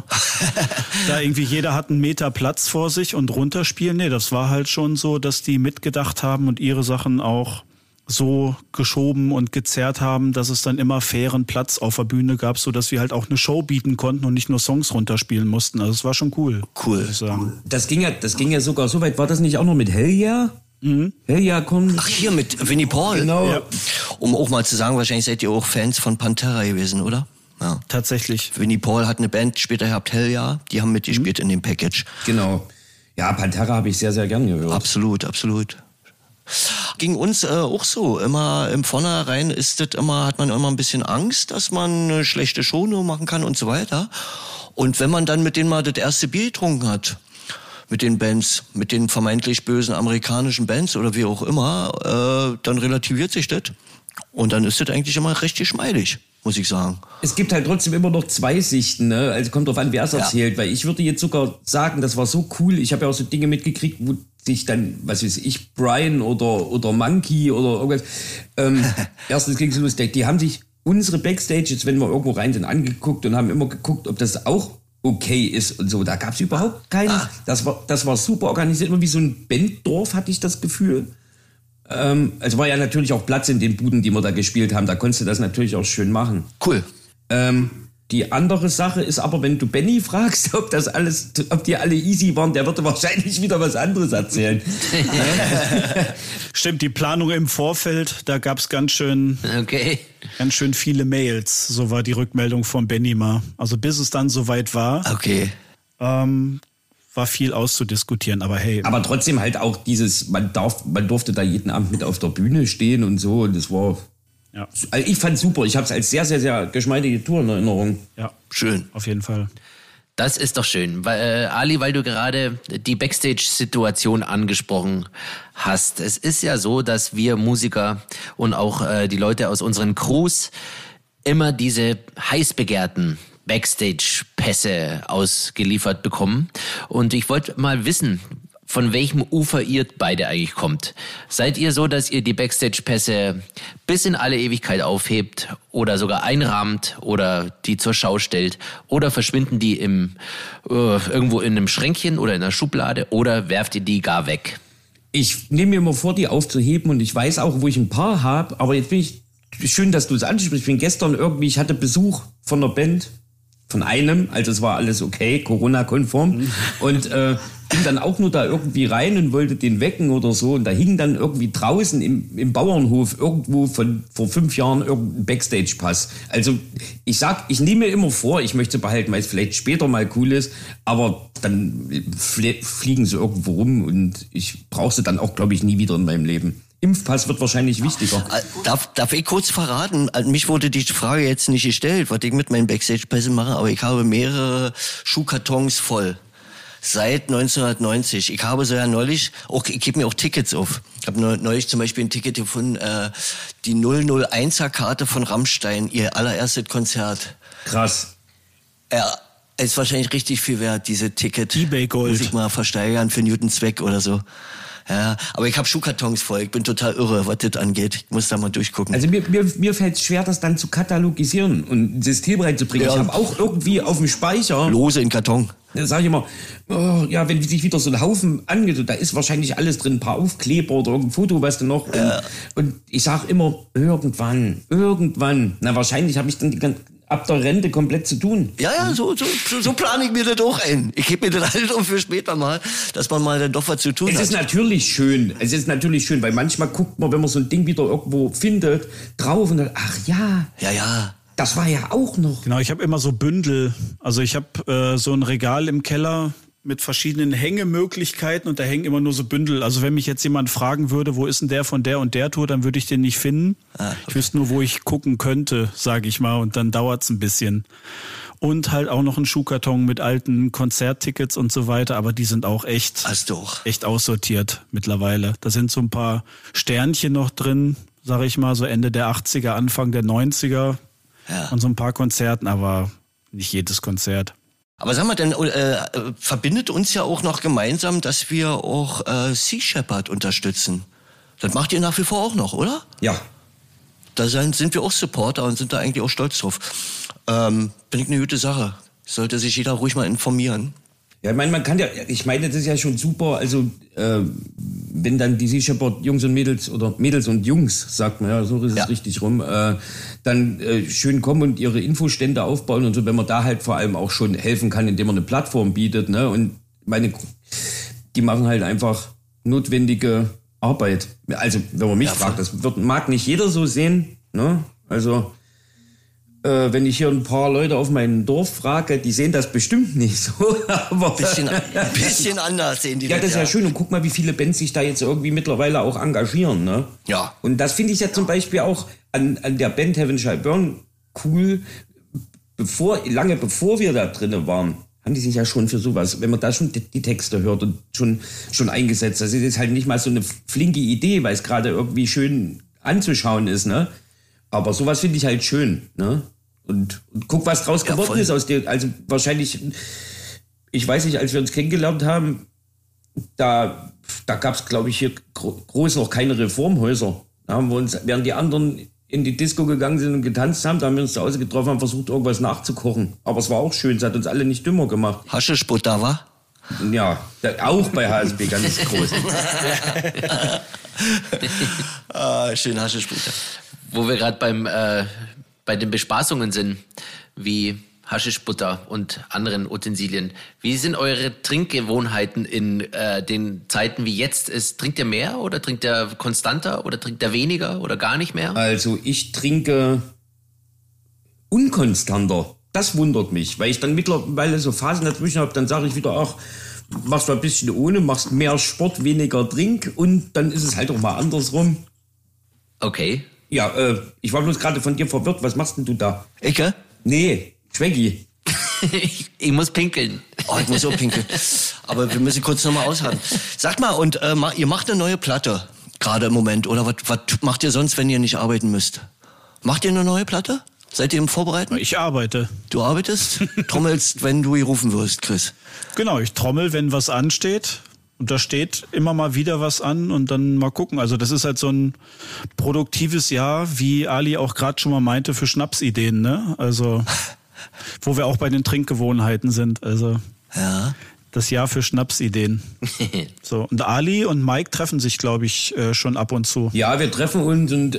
Speaker 5: da irgendwie jeder hat einen Meter Platz vor sich und runterspielen. Nee, das war halt schon so, dass die mitgedacht haben und ihre Sachen auch so geschoben und gezerrt haben, dass es dann immer fairen Platz auf der Bühne gab, so dass wir halt auch eine Show bieten konnten und nicht nur Songs runterspielen mussten. Also es war schon cool.
Speaker 4: Cool.
Speaker 5: Muss ich sagen.
Speaker 3: Das ging ja sogar so weit. War das nicht auch noch mit Hell Yeah? Hell Yeah kommt.
Speaker 4: Ach, hier mit Vinnie Paul.
Speaker 3: Genau.
Speaker 5: Ja.
Speaker 4: Um auch mal zu sagen, wahrscheinlich seid ihr auch Fans von Pantera gewesen, oder? Ja.
Speaker 5: Tatsächlich.
Speaker 4: Vinnie Paul hat eine Band später gehabt, Hell Yeah. Die haben mitgespielt in dem Package.
Speaker 3: Genau. Ja, Pantera habe ich sehr, sehr gern gehört.
Speaker 4: Absolut, absolut. Ging uns auch so. Immer im Vornherein hat man immer ein bisschen Angst, dass man eine schlechte Show nur machen kann und so weiter. Und wenn man dann mit denen mal das erste Bier getrunken hat, mit den Bands, mit den vermeintlich bösen amerikanischen Bands oder wie auch immer, dann relativiert sich das. Und dann ist das eigentlich immer recht geschmeidig, muss ich sagen.
Speaker 3: Es gibt halt trotzdem immer noch zwei Sichten, ne? Also kommt drauf an, wer es erzählt. Weil ich würde jetzt sogar sagen, das war so cool. Ich habe ja auch so Dinge mitgekriegt, wo sich dann, was weiß ich, Brian oder Monkey oder irgendwas, erstens ging es los, die haben sich unsere Backstages, wenn wir irgendwo rein sind, angeguckt und haben immer geguckt, ob das auch okay ist und so. Da gab es überhaupt keinen. Das war super organisiert, immer wie so ein Banddorf, hatte ich das Gefühl. Also war ja natürlich auch Platz in den Buden, die wir da gespielt haben. Da konntest du das natürlich auch schön machen.
Speaker 4: Cool.
Speaker 3: Die andere Sache ist aber, wenn du Benny fragst, ob die alle easy waren, der würde wahrscheinlich wieder was anderes erzählen.
Speaker 5: Stimmt, die Planung im Vorfeld, da gab es ganz schön viele Mails. So war die Rückmeldung von Benny mal. Also bis es dann soweit war,
Speaker 4: Okay.
Speaker 5: war viel auszudiskutieren. Aber hey.
Speaker 3: Aber trotzdem halt auch dieses, man durfte da jeden Abend mit auf der Bühne stehen und so. Und das war...
Speaker 5: Ja.
Speaker 3: Also ich fand's super. Ich habe es als sehr, sehr, sehr geschmeidige Tour in Erinnerung.
Speaker 5: Ja,
Speaker 4: Schön.
Speaker 5: auf jeden Fall.
Speaker 2: Das ist doch schön. Ali, weil du gerade die Backstage-Situation angesprochen hast. Es ist ja so, dass wir Musiker und auch die Leute aus unseren Crews immer diese heiß begehrten Backstage-Pässe ausgeliefert bekommen. Und ich wollte mal wissen, von welchem Ufer ihr beide eigentlich kommt. Seid ihr so, dass ihr die Backstage-Pässe bis in alle Ewigkeit aufhebt oder sogar einrahmt oder die zur Schau stellt oder verschwinden die irgendwo in einem Schränkchen oder in einer Schublade oder werft ihr die gar weg?
Speaker 3: Ich nehme mir immer vor, die aufzuheben und ich weiß auch, wo ich ein paar habe. Aber jetzt bin ich, schön, dass du es ansprichst. Ich bin gestern ich hatte Besuch von einer Band, von einem, also es war alles okay, Corona-konform. Und bin dann auch nur da irgendwie rein und wollte den wecken oder so. Und da hing dann irgendwie draußen im Bauernhof irgendwo vor 5 Jahren irgendein Backstage-Pass. Also ich nehme mir immer vor, ich möchte behalten, weil es vielleicht später mal cool ist, aber dann fliegen sie irgendwo rum und ich brauche sie dann auch, glaube ich, nie wieder in meinem Leben. Impfpass wird wahrscheinlich wichtiger.
Speaker 4: Darf ich kurz verraten? Mich wurde die Frage jetzt nicht gestellt, was ich mit meinen Backstage-Pässen mache, aber ich habe mehrere Schuhkartons voll. Seit 1990. Ich habe so ja neulich, ich gebe mir auch Tickets auf. Ich habe neulich zum Beispiel ein Ticket gefunden, die 001er Karte von Rammstein, ihr allererstes Konzert.
Speaker 3: Krass.
Speaker 4: Ja, ist wahrscheinlich richtig viel wert, diese Ticket.
Speaker 5: eBay Gold.
Speaker 4: Muss ich mal versteigern für Newtons Zweck oder so. Ja, aber ich habe Schuhkartons voll. Ich bin total irre, was das angeht. Ich muss da mal durchgucken.
Speaker 3: Also mir fällt es schwer, das dann zu katalogisieren und ein System reinzubringen.
Speaker 4: Ja.
Speaker 3: Ich habe auch irgendwie auf dem Speicher...
Speaker 4: Lose in Karton.
Speaker 3: Da sage ich immer, wenn sich wieder so ein Haufen angeht, da ist wahrscheinlich alles drin, ein paar Aufkleber oder irgendein Foto, was du noch... Und ich sage immer, irgendwann. Na, wahrscheinlich habe ich dann ab der Rente komplett zu tun.
Speaker 4: Ja, so plane ich mir das auch ein. Ich gebe mir das halt auch für später mal, dass man mal dann doch was zu tun hat.
Speaker 3: Es ist natürlich schön, weil manchmal guckt man, wenn man so ein Ding wieder irgendwo findet, drauf und dann, ach ja.
Speaker 4: Ja.
Speaker 3: Das war ja auch noch.
Speaker 5: Genau, ich habe immer so Bündel. Also ich habe so ein Regal im Keller mit verschiedenen Hängemöglichkeiten und da hängen immer nur so Bündel. Also wenn mich jetzt jemand fragen würde, wo ist denn der von der und der Tour, dann würde ich den nicht finden. Okay. Ich wüsste nur, wo ich gucken könnte, sage ich mal, und dann dauert's ein bisschen. Und halt auch noch ein Schuhkarton mit alten Konzerttickets und so weiter, aber die sind auch echt aussortiert mittlerweile. Da sind so ein paar Sternchen noch drin, sage ich mal, so Ende der 80er, Anfang der 90er und so ein paar Konzerten, aber nicht jedes Konzert.
Speaker 4: Aber sag mal, denn verbindet uns ja auch noch gemeinsam, dass wir auch Sea Shepherd unterstützen. Das macht ihr nach wie vor auch noch, oder?
Speaker 3: Ja.
Speaker 4: Da sind wir auch Supporter und sind da eigentlich auch stolz drauf. Bin ich eine gute Sache. Sollte sich jeder ruhig mal informieren.
Speaker 3: Ja, ich meine, das ist ja schon super, also wenn dann die Sea Shepherd Jungs und Mädels oder Mädels und Jungs, sagt man ja, so ist es richtig rum, dann schön kommen und ihre Infostände aufbauen und so, wenn man da halt vor allem auch schon helfen kann, indem man eine Plattform bietet, ne, und die machen halt einfach notwendige Arbeit. Also, wenn man mich fragt, mag nicht jeder so sehen, ne, also wenn ich hier ein paar Leute auf meinem Dorf frage, die sehen das bestimmt nicht so. Aber
Speaker 4: ein bisschen anders sehen die das.
Speaker 3: Ja, das ist ja schön. Und guck mal, wie viele Bands sich da jetzt irgendwie mittlerweile auch engagieren. Ne?
Speaker 4: Ja.
Speaker 3: Und das finde ich ja zum Beispiel auch an der Band Heaven Shall Burn cool. Lange bevor wir da drinnen waren, haben die sich ja schon für sowas, wenn man da schon die Texte hört und schon eingesetzt. Das ist jetzt halt nicht mal so eine flinke Idee, weil es gerade irgendwie schön anzuschauen ist, ne? Aber sowas finde ich halt schön, ne? Und guck, was draus geworden ist aus dir. Also wahrscheinlich, ich weiß nicht, als wir uns kennengelernt haben, da gab es, glaube ich, hier groß noch keine Reformhäuser. Da haben wir uns, während die anderen in die Disco gegangen sind und getanzt haben, da haben wir uns zu Hause getroffen, haben versucht, irgendwas nachzukochen. Aber es war auch schön, es hat uns alle nicht dümmer gemacht.
Speaker 4: Haschischbutter, wa?
Speaker 3: Ja, auch bei HSB ganz groß.
Speaker 4: Schön Haschischbutter.
Speaker 2: Wo wir gerade bei den Bespaßungen sind, wie Haschischbutter und anderen Utensilien. Wie sind eure Trinkgewohnheiten in den Zeiten wie jetzt? Trinkt ihr mehr oder trinkt ihr konstanter oder trinkt ihr weniger oder gar nicht mehr?
Speaker 3: Also ich trinke unkonstanter. Das wundert mich, weil ich dann mittlerweile so Phasen dazwischen habe, dann sage ich wieder, machst du ein bisschen ohne, machst mehr Sport, weniger Trink und dann ist es halt auch mal andersrum.
Speaker 2: Okay.
Speaker 3: Ja, ich war bloß gerade von dir verwirrt. Was machst denn du da?
Speaker 4: Ecke?
Speaker 3: Nee, Schweggi.
Speaker 2: Ich muss pinkeln.
Speaker 4: Ich muss auch pinkeln. Aber wir müssen kurz nochmal aushalten. Sagt mal, und ihr macht eine neue Platte gerade im Moment. Oder was macht ihr sonst, wenn ihr nicht arbeiten müsst? Macht ihr eine neue Platte? Seid ihr im Vorbereiten?
Speaker 5: Ich arbeite.
Speaker 4: Du arbeitest? Trommelst, wenn du gerufen wirst, Chris?
Speaker 5: Genau, ich trommel, wenn was ansteht. Und da steht immer mal wieder was an und dann mal gucken. Also das ist halt so ein produktives Jahr, wie Ali auch gerade schon mal meinte, für Schnapsideen, ne? Also wo wir auch bei den Trinkgewohnheiten sind. Also
Speaker 4: ja.
Speaker 5: Das Jahr für Schnapsideen. So, und Ali und Mike treffen sich, glaube ich, schon ab und zu.
Speaker 3: Ja, wir treffen uns und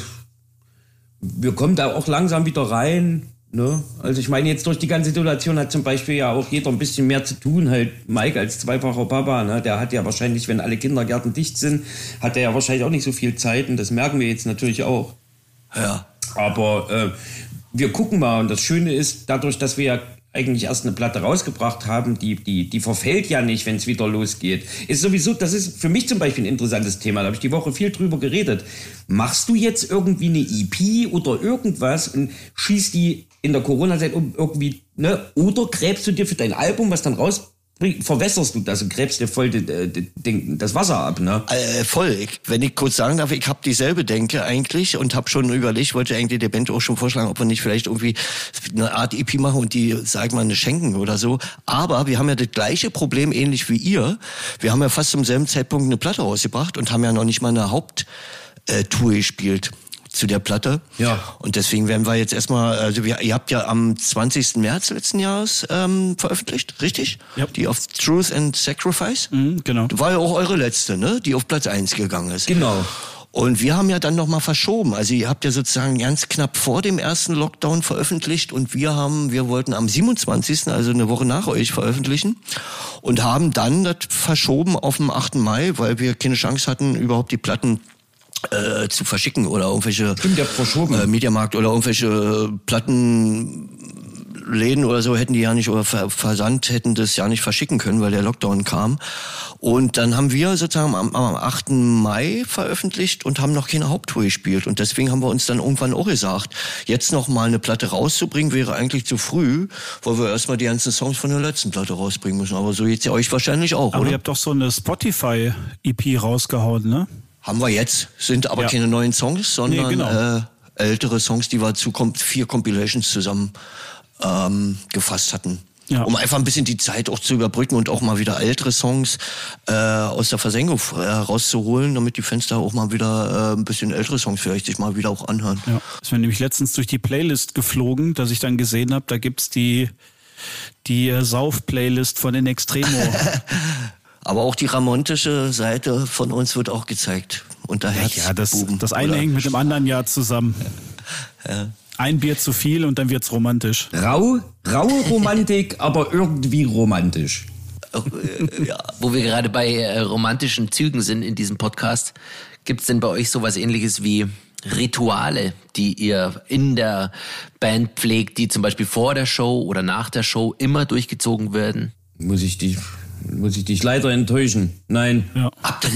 Speaker 3: wir kommen da auch langsam wieder rein. Ne? Also ich meine, jetzt durch die ganze Situation hat zum Beispiel ja auch jeder ein bisschen mehr zu tun. Halt Mike als zweifacher Papa, ne? Der hat ja wahrscheinlich, wenn alle Kindergärten dicht sind, hat er ja wahrscheinlich auch nicht so viel Zeit. Und das merken wir jetzt natürlich auch.
Speaker 4: Ja.
Speaker 3: Aber wir gucken mal. Und das Schöne ist, dadurch, dass wir ja eigentlich erst eine Platte rausgebracht haben, die verfällt ja nicht, wenn es wieder losgeht. Ist sowieso, das ist für mich zum Beispiel ein interessantes Thema, da habe ich die Woche viel drüber geredet. Machst du jetzt irgendwie eine EP oder irgendwas und schießt die in der Corona-Zeit irgendwie, ne? Oder gräbst du dir für dein Album, was dann rausbringt, verwässerst du das und gräbst dir voll das Wasser ab, ne?
Speaker 4: Voll. Wenn ich kurz sagen darf, ich habe dieselbe Denke eigentlich und habe schon überlegt, wollte eigentlich der Band auch schon vorschlagen, ob wir nicht vielleicht irgendwie eine Art EP machen und die, sag mal, eine schenken oder so. Aber wir haben ja das gleiche Problem, ähnlich wie ihr. Wir haben ja fast zum selben Zeitpunkt eine Platte rausgebracht und haben ja noch nicht mal eine Haupttour gespielt zu der Platte.
Speaker 3: Ja.
Speaker 4: Und deswegen werden wir jetzt erstmal, also ihr habt ja am 20. März letzten Jahres veröffentlicht, richtig?
Speaker 5: Ja.
Speaker 4: Die auf Truth and Sacrifice.
Speaker 5: Genau.
Speaker 4: War ja auch eure letzte, ne? Die auf Platz 1 gegangen ist.
Speaker 3: Genau.
Speaker 4: Und wir haben ja dann nochmal verschoben. Also ihr habt ja sozusagen ganz knapp vor dem ersten Lockdown veröffentlicht und wir wollten am 27., also eine Woche nach euch veröffentlichen und haben dann das verschoben auf den 8. Mai, weil wir keine Chance hatten, überhaupt die Platten zu verschicken oder irgendwelche Mediamarkt oder irgendwelche Läden oder so hätten die ja nicht, oder Versand hätten das ja nicht verschicken können, weil der Lockdown kam. Und dann haben wir sozusagen am 8. Mai veröffentlicht und haben noch keine Haupttour gespielt. Und deswegen haben wir uns dann irgendwann auch gesagt, jetzt noch mal eine Platte rauszubringen, wäre eigentlich zu früh, weil wir erstmal die ganzen Songs von der letzten Platte rausbringen müssen. Aber so geht's ja euch wahrscheinlich auch,
Speaker 5: aber
Speaker 4: oder?
Speaker 5: Ihr habt doch so eine Spotify-EP rausgehauen, ne?
Speaker 4: Haben wir jetzt, sind aber keine neuen Songs, sondern ältere Songs, die wir zu 4 Compilations zusammen gefasst hatten.
Speaker 5: Ja.
Speaker 4: Um einfach ein bisschen die Zeit auch zu überbrücken und auch mal wieder ältere Songs aus der Versenkung rauszuholen, damit die Fans da auch mal wieder ein bisschen ältere Songs vielleicht sich mal wieder auch anhören.
Speaker 5: Ja. Ich bin nämlich letztens durch die Playlist geflogen, dass ich dann gesehen habe, da gibt's die Sauf-Playlist von In Extremo.
Speaker 4: Aber auch die romantische Seite von uns wird auch gezeigt. Unter Herzbuben.
Speaker 5: Das eine hängt mit dem anderen ja zusammen.
Speaker 4: Ja.
Speaker 5: Ein Bier zu viel und dann wird's romantisch.
Speaker 3: Raue Romantik, aber irgendwie romantisch.
Speaker 4: Ja.
Speaker 2: Wo wir gerade bei romantischen Zügen sind in diesem Podcast, gibt's denn bei euch sowas Ähnliches wie Rituale, die ihr in der Band pflegt, die zum Beispiel vor der Show oder nach der Show immer durchgezogen werden?
Speaker 3: Muss ich dich leider enttäuschen? Nein.
Speaker 5: Ja.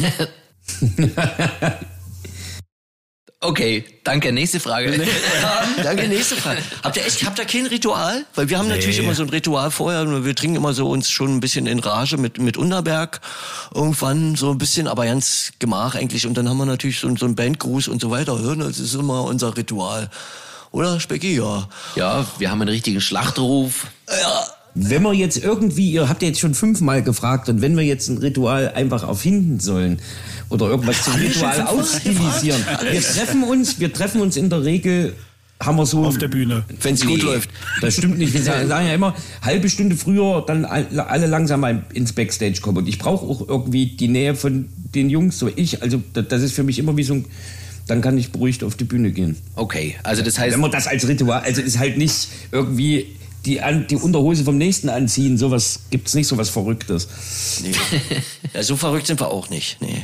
Speaker 2: Okay, danke. Nächste Frage.
Speaker 4: Ja, danke, nächste Frage. Habt ihr kein Ritual? Weil wir haben natürlich immer so ein Ritual vorher. Wir trinken immer so uns schon ein bisschen in Rage mit Unterberg. Irgendwann so ein bisschen, aber ganz gemach eigentlich. Und dann haben wir natürlich so einen Bandgruß und so weiter. Das ist immer unser Ritual. Oder, Specki? Ja.
Speaker 2: Ja, wir haben einen richtigen Schlachtruf.
Speaker 4: Ja.
Speaker 3: Wenn wir jetzt irgendwie, ihr habt ja jetzt schon 5-mal gefragt, und wenn wir jetzt ein Ritual einfach erfinden sollen oder irgendwas zum Ritual ausstilisieren. Wir treffen uns in der Regel, haben wir so...
Speaker 5: Auf der Bühne.
Speaker 4: Wenn es gut läuft.
Speaker 3: Das stimmt nicht. Wir sagen ja immer, halbe Stunde früher, dann alle langsam mal ins Backstage kommen. Und ich brauche auch irgendwie die Nähe von den Jungs, also das ist für mich immer wie so ein... Dann kann ich beruhigt auf die Bühne gehen.
Speaker 2: Okay, also das heißt...
Speaker 3: Wenn man das als Ritual, also ist halt nicht irgendwie... Die Unterhose vom Nächsten anziehen, sowas gibt's nicht, sowas Verrücktes.
Speaker 4: Nee. Ja, so verrückt sind wir auch nicht, nee.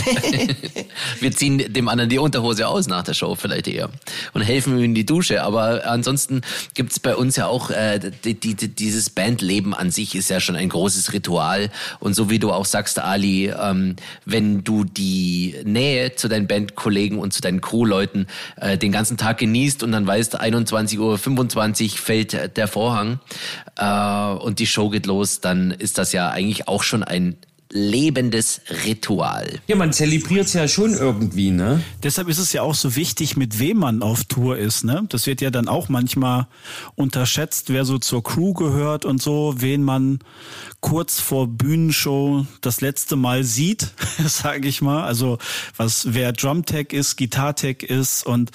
Speaker 2: Wir ziehen dem anderen die Unterhose aus nach der Show vielleicht eher und helfen ihm in die Dusche. Aber ansonsten gibt's bei uns ja auch dieses Bandleben an sich ist ja schon ein großes Ritual. Und so wie du auch sagst, Ali, wenn du die Nähe zu deinen Bandkollegen und zu deinen Crewleuten den ganzen Tag genießt und dann weißt, 21:25 Uhr fällt der Vorhang und die Show geht los, dann ist das ja eigentlich auch schon ein lebendes Ritual.
Speaker 3: Ja, man zelebriert es ja schon irgendwie, ne?
Speaker 5: Deshalb ist es ja auch so wichtig, mit wem man auf Tour ist, ne? Das wird ja dann auch manchmal unterschätzt, wer so zur Crew gehört und so, wen man kurz vor Bühnenshow das letzte Mal sieht, sage ich mal. Also wer Drumtech ist, Gitartech ist und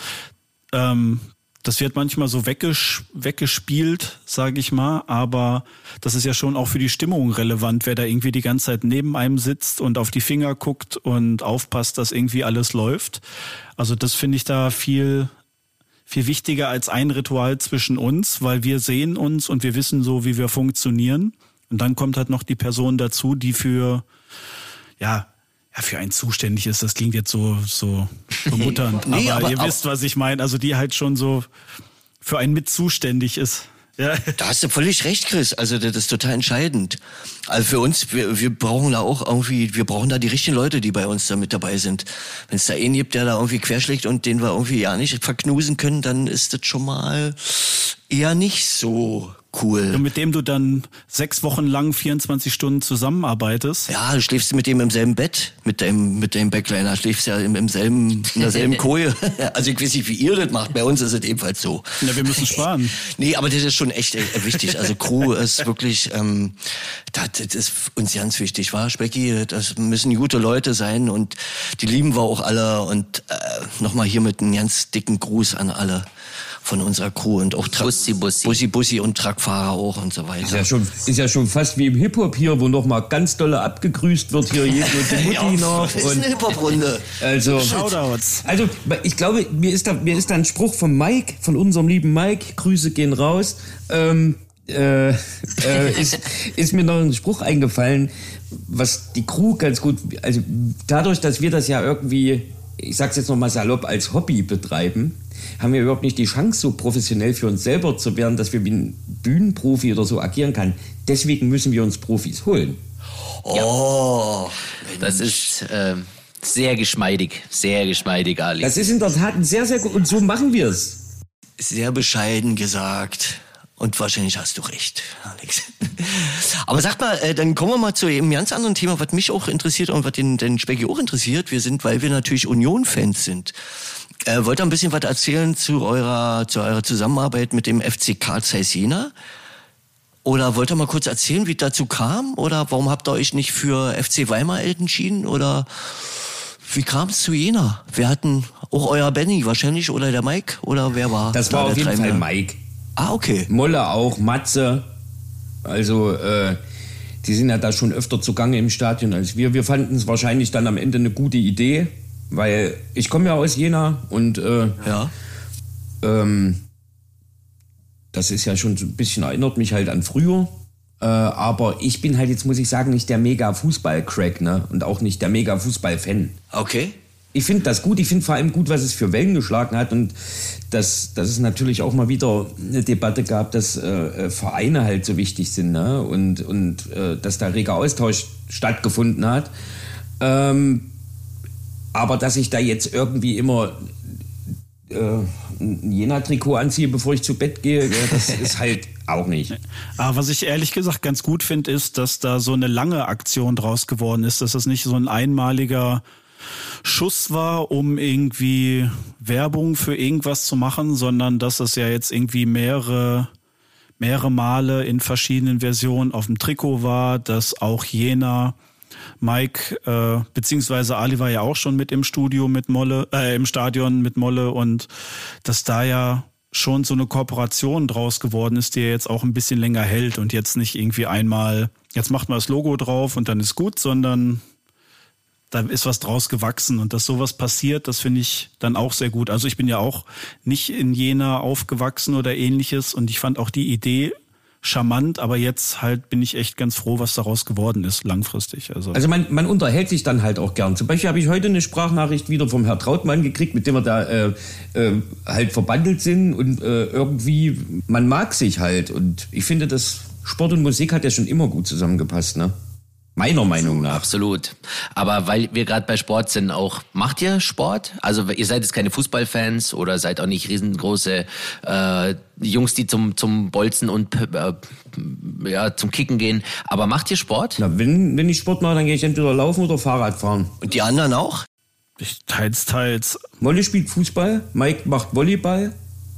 Speaker 5: das wird manchmal so weggespielt, sage ich mal, aber das ist ja schon auch für die Stimmung relevant, wer da irgendwie die ganze Zeit neben einem sitzt und auf die Finger guckt und aufpasst, dass irgendwie alles läuft. Also das finde ich da viel wichtiger als ein Ritual zwischen uns, weil wir sehen uns und wir wissen so, wie wir funktionieren. Und dann kommt halt noch die Person dazu, die für einen zuständig ist. Das klingt jetzt so bemutternd.
Speaker 4: Nee,
Speaker 5: aber ihr wisst, was ich meine. Also die halt schon so für einen mit zuständig ist. Ja.
Speaker 4: Da hast du völlig recht, Chris. Also das ist total entscheidend. Also für uns, wir brauchen da auch irgendwie, wir brauchen da die richtigen Leute, die bei uns da mit dabei sind. Wenn es da einen gibt, der da irgendwie querschlägt und den wir irgendwie ja nicht verknusen können, dann ist das schon mal eher nicht so cool.
Speaker 5: Und mit dem du dann 6 Wochen lang 24 Stunden zusammenarbeitest.
Speaker 4: Ja, du schläfst mit dem im selben Bett, mit deinem Backliner, schläfst ja in derselben Koje. Also ich weiß nicht, wie ihr das macht, bei uns ist es ebenfalls so.
Speaker 5: Ja, wir müssen sparen.
Speaker 4: Nee, aber das ist schon echt wichtig. Also Crew ist wirklich, das ist uns ganz wichtig, war Specki, das müssen gute Leute sein und die lieben wir auch alle und nochmal hier mit einem ganz dicken Gruß an alle von unserer Crew und auch Bussi und Truckfahrer auch und so weiter.
Speaker 3: Ist ja schon fast wie im Hip-Hop hier, wo nochmal ganz dolle abgegrüßt wird hier jeden und die Mutti noch.
Speaker 4: Das ist eine Hip-Hop-Runde.
Speaker 3: Also,
Speaker 5: Shoutouts.
Speaker 3: Also ich glaube, mir ist da ein Spruch von Mike, von unserem lieben Mike, Grüße gehen raus, ist mir noch ein Spruch eingefallen, was die Crew ganz gut, also dadurch, dass wir das ja irgendwie, ich sag's jetzt nochmal salopp, als Hobby betreiben, haben wir überhaupt nicht die Chance, so professionell für uns selber zu werden, dass wir wie ein Bühnenprofi oder so agieren kann. Deswegen müssen wir uns Profis holen.
Speaker 4: Oh,
Speaker 2: das ist sehr geschmeidig, Ali.
Speaker 3: Das ist in der Tat sehr, sehr gut. Und so machen wir es.
Speaker 4: Sehr bescheiden gesagt. Und wahrscheinlich hast du recht, Alex. Aber sag mal, dann kommen wir mal zu einem ganz anderen Thema, was mich auch interessiert und was den Specki auch interessiert. Weil wir natürlich Union-Fans sind. Wollt ihr ein bisschen was erzählen zu eurer Zusammenarbeit mit dem FC Carl Zeiss Jena? Oder wollt ihr mal kurz erzählen, wie es dazu kam? Oder warum habt ihr euch nicht für FC Weimar entschieden? Oder wie kam es zu Jena? Wir hatten auch euer Benny wahrscheinlich oder der Mike? Oder wer war?
Speaker 3: Das war auf jeden Fall Mike.
Speaker 4: Ah, okay.
Speaker 3: Molle auch, Matze. Also, die sind ja da schon öfter zugange im Stadion als wir. Wir fanden es wahrscheinlich dann am Ende eine gute Idee, weil ich komme ja aus Jena und das ist ja schon so ein bisschen, erinnert mich halt an früher. Aber ich bin halt jetzt, muss ich sagen, nicht der Mega-Fußball-Crack, ne? Und auch nicht der Mega-Fußball-Fan.
Speaker 4: Okay.
Speaker 3: Ich finde das gut. Ich finde vor allem gut, was es für Wellen geschlagen hat und dass es natürlich auch mal wieder eine Debatte gab, dass Vereine halt so wichtig sind, ne? Und dass da reger Austausch stattgefunden hat. Aber dass ich da jetzt irgendwie immer ein Jena-Trikot anziehe, bevor ich zu Bett gehe, das ist halt auch nicht.
Speaker 5: Aber was ich ehrlich gesagt ganz gut finde, ist, dass da so eine lange Aktion draus geworden ist, dass das nicht so ein einmaliger Schuss war, um irgendwie Werbung für irgendwas zu machen, sondern dass es ja jetzt irgendwie mehrere Male in verschiedenen Versionen auf dem Trikot war, dass auch Jena, Mike, beziehungsweise Ali war ja auch schon mit im Studio mit Molle, im Stadion mit Molle und dass da ja schon so eine Kooperation draus geworden ist, die ja jetzt auch ein bisschen länger hält und jetzt nicht irgendwie einmal, jetzt macht man das Logo drauf und dann ist gut, sondern da ist was draus gewachsen und dass sowas passiert, das finde ich dann auch sehr gut. Also ich bin ja auch nicht in Jena aufgewachsen oder ähnliches und ich fand auch die Idee charmant, aber jetzt halt bin ich echt ganz froh, was daraus geworden ist, langfristig. Also
Speaker 3: man unterhält sich dann halt auch gern. Zum Beispiel habe ich heute eine Sprachnachricht wieder vom Herrn Trautmann gekriegt, mit dem wir da halt verbandelt sind und irgendwie, man mag sich halt und ich finde, das Sport und Musik hat ja schon immer gut zusammengepasst, ne? Meiner Meinung nach.
Speaker 2: Absolut. Aber weil wir gerade bei Sport sind, auch macht ihr Sport? Also ihr seid jetzt keine Fußballfans oder seid auch nicht riesengroße Jungs, die zum Bolzen und zum Kicken gehen. Aber macht ihr Sport?
Speaker 3: Na, wenn ich Sport mache, dann gehe ich entweder laufen oder Fahrrad fahren.
Speaker 4: Und die anderen auch?
Speaker 5: Teils.
Speaker 3: Molly spielt Fußball, Mike macht Volleyball.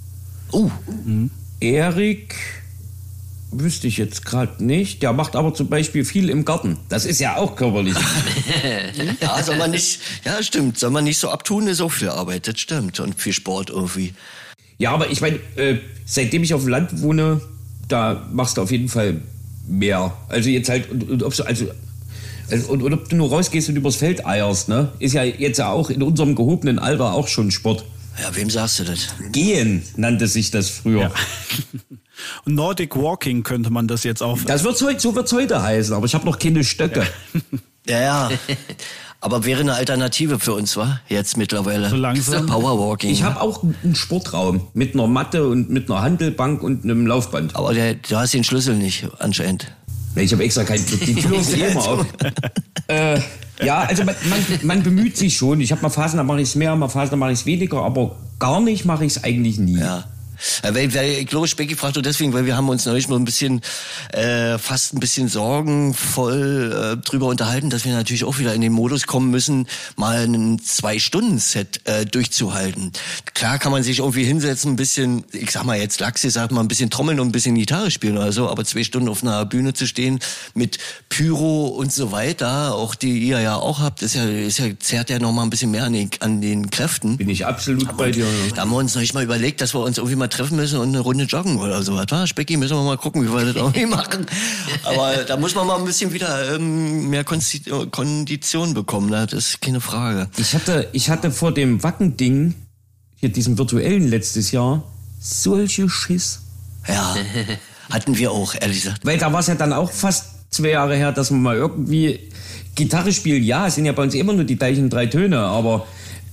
Speaker 3: Erik wüsste ich jetzt gerade nicht. Der macht aber zum Beispiel viel im Garten. Das ist ja auch körperlich.
Speaker 4: Ja, soll man nicht, ja, stimmt. Soll man nicht so abtun, ist auch viel Arbeit, das stimmt. Und viel Sport irgendwie.
Speaker 3: Ja, aber ich meine, seitdem ich auf dem Land wohne, da machst du auf jeden Fall mehr. Also jetzt halt, und ob du nur rausgehst und übers Feld eierst, ne? Ist ja jetzt auch in unserem gehobenen Alter auch schon Sport.
Speaker 4: Ja, wem sagst du das?
Speaker 3: Gehen nannte sich das früher.
Speaker 5: Ja. Und Nordic Walking könnte man das jetzt auch.
Speaker 3: So wird's heute heißen, aber ich habe noch keine Stöcke.
Speaker 4: Ja. Aber wäre eine Alternative für uns, wa? Jetzt mittlerweile.
Speaker 5: So langsam.
Speaker 4: Powerwalking.
Speaker 3: Ich habe auch einen Sportraum mit einer Matte und mit einer Handelbank und einem Laufband.
Speaker 4: Aber du hast den Schlüssel nicht, anscheinend.
Speaker 3: Nee, ich habe extra keinen. Die Tür ist immer auf. Ja, also man bemüht sich schon. Ich habe mal Phasen, da mache ich es mehr, mal Phasen, da mache ich es weniger, aber gar nicht mache ich es eigentlich nie.
Speaker 4: Ja. Ich glaube, Specki fragt nur deswegen, weil wir haben uns neulich mal ein bisschen, fast ein bisschen sorgenvoll drüber unterhalten, dass wir natürlich auch wieder in den Modus kommen müssen, mal ein 2-Stunden-Set durchzuhalten. Klar kann man sich irgendwie hinsetzen, ein bisschen, ich sag mal jetzt Lachs, ich sag mal ein bisschen trommeln und ein bisschen Gitarre spielen oder so, aber 2 Stunden auf einer Bühne zu stehen mit Pyro und so weiter, auch die ihr ja auch habt, zerrt ja noch mal ein bisschen mehr an den Kräften.
Speaker 3: Bin ich absolut bei dir.
Speaker 4: Da haben wir uns neulich mal überlegt, dass wir uns irgendwie mal treffen müssen und eine Runde joggen oder so. Specki, müssen wir mal gucken, wie wir das irgendwie machen. Aber da muss man mal ein bisschen wieder mehr Kondition bekommen. Das ist keine Frage.
Speaker 3: Ich hatte vor dem Wacken-Ding, hier diesem virtuellen letztes Jahr, solche Schiss.
Speaker 4: Ja, hatten wir auch, ehrlich gesagt.
Speaker 3: Weil da war es ja dann auch fast 2 Jahre her, dass man mal irgendwie Gitarre spielt. Ja, es sind ja bei uns immer nur die gleichen 3 Töne, aber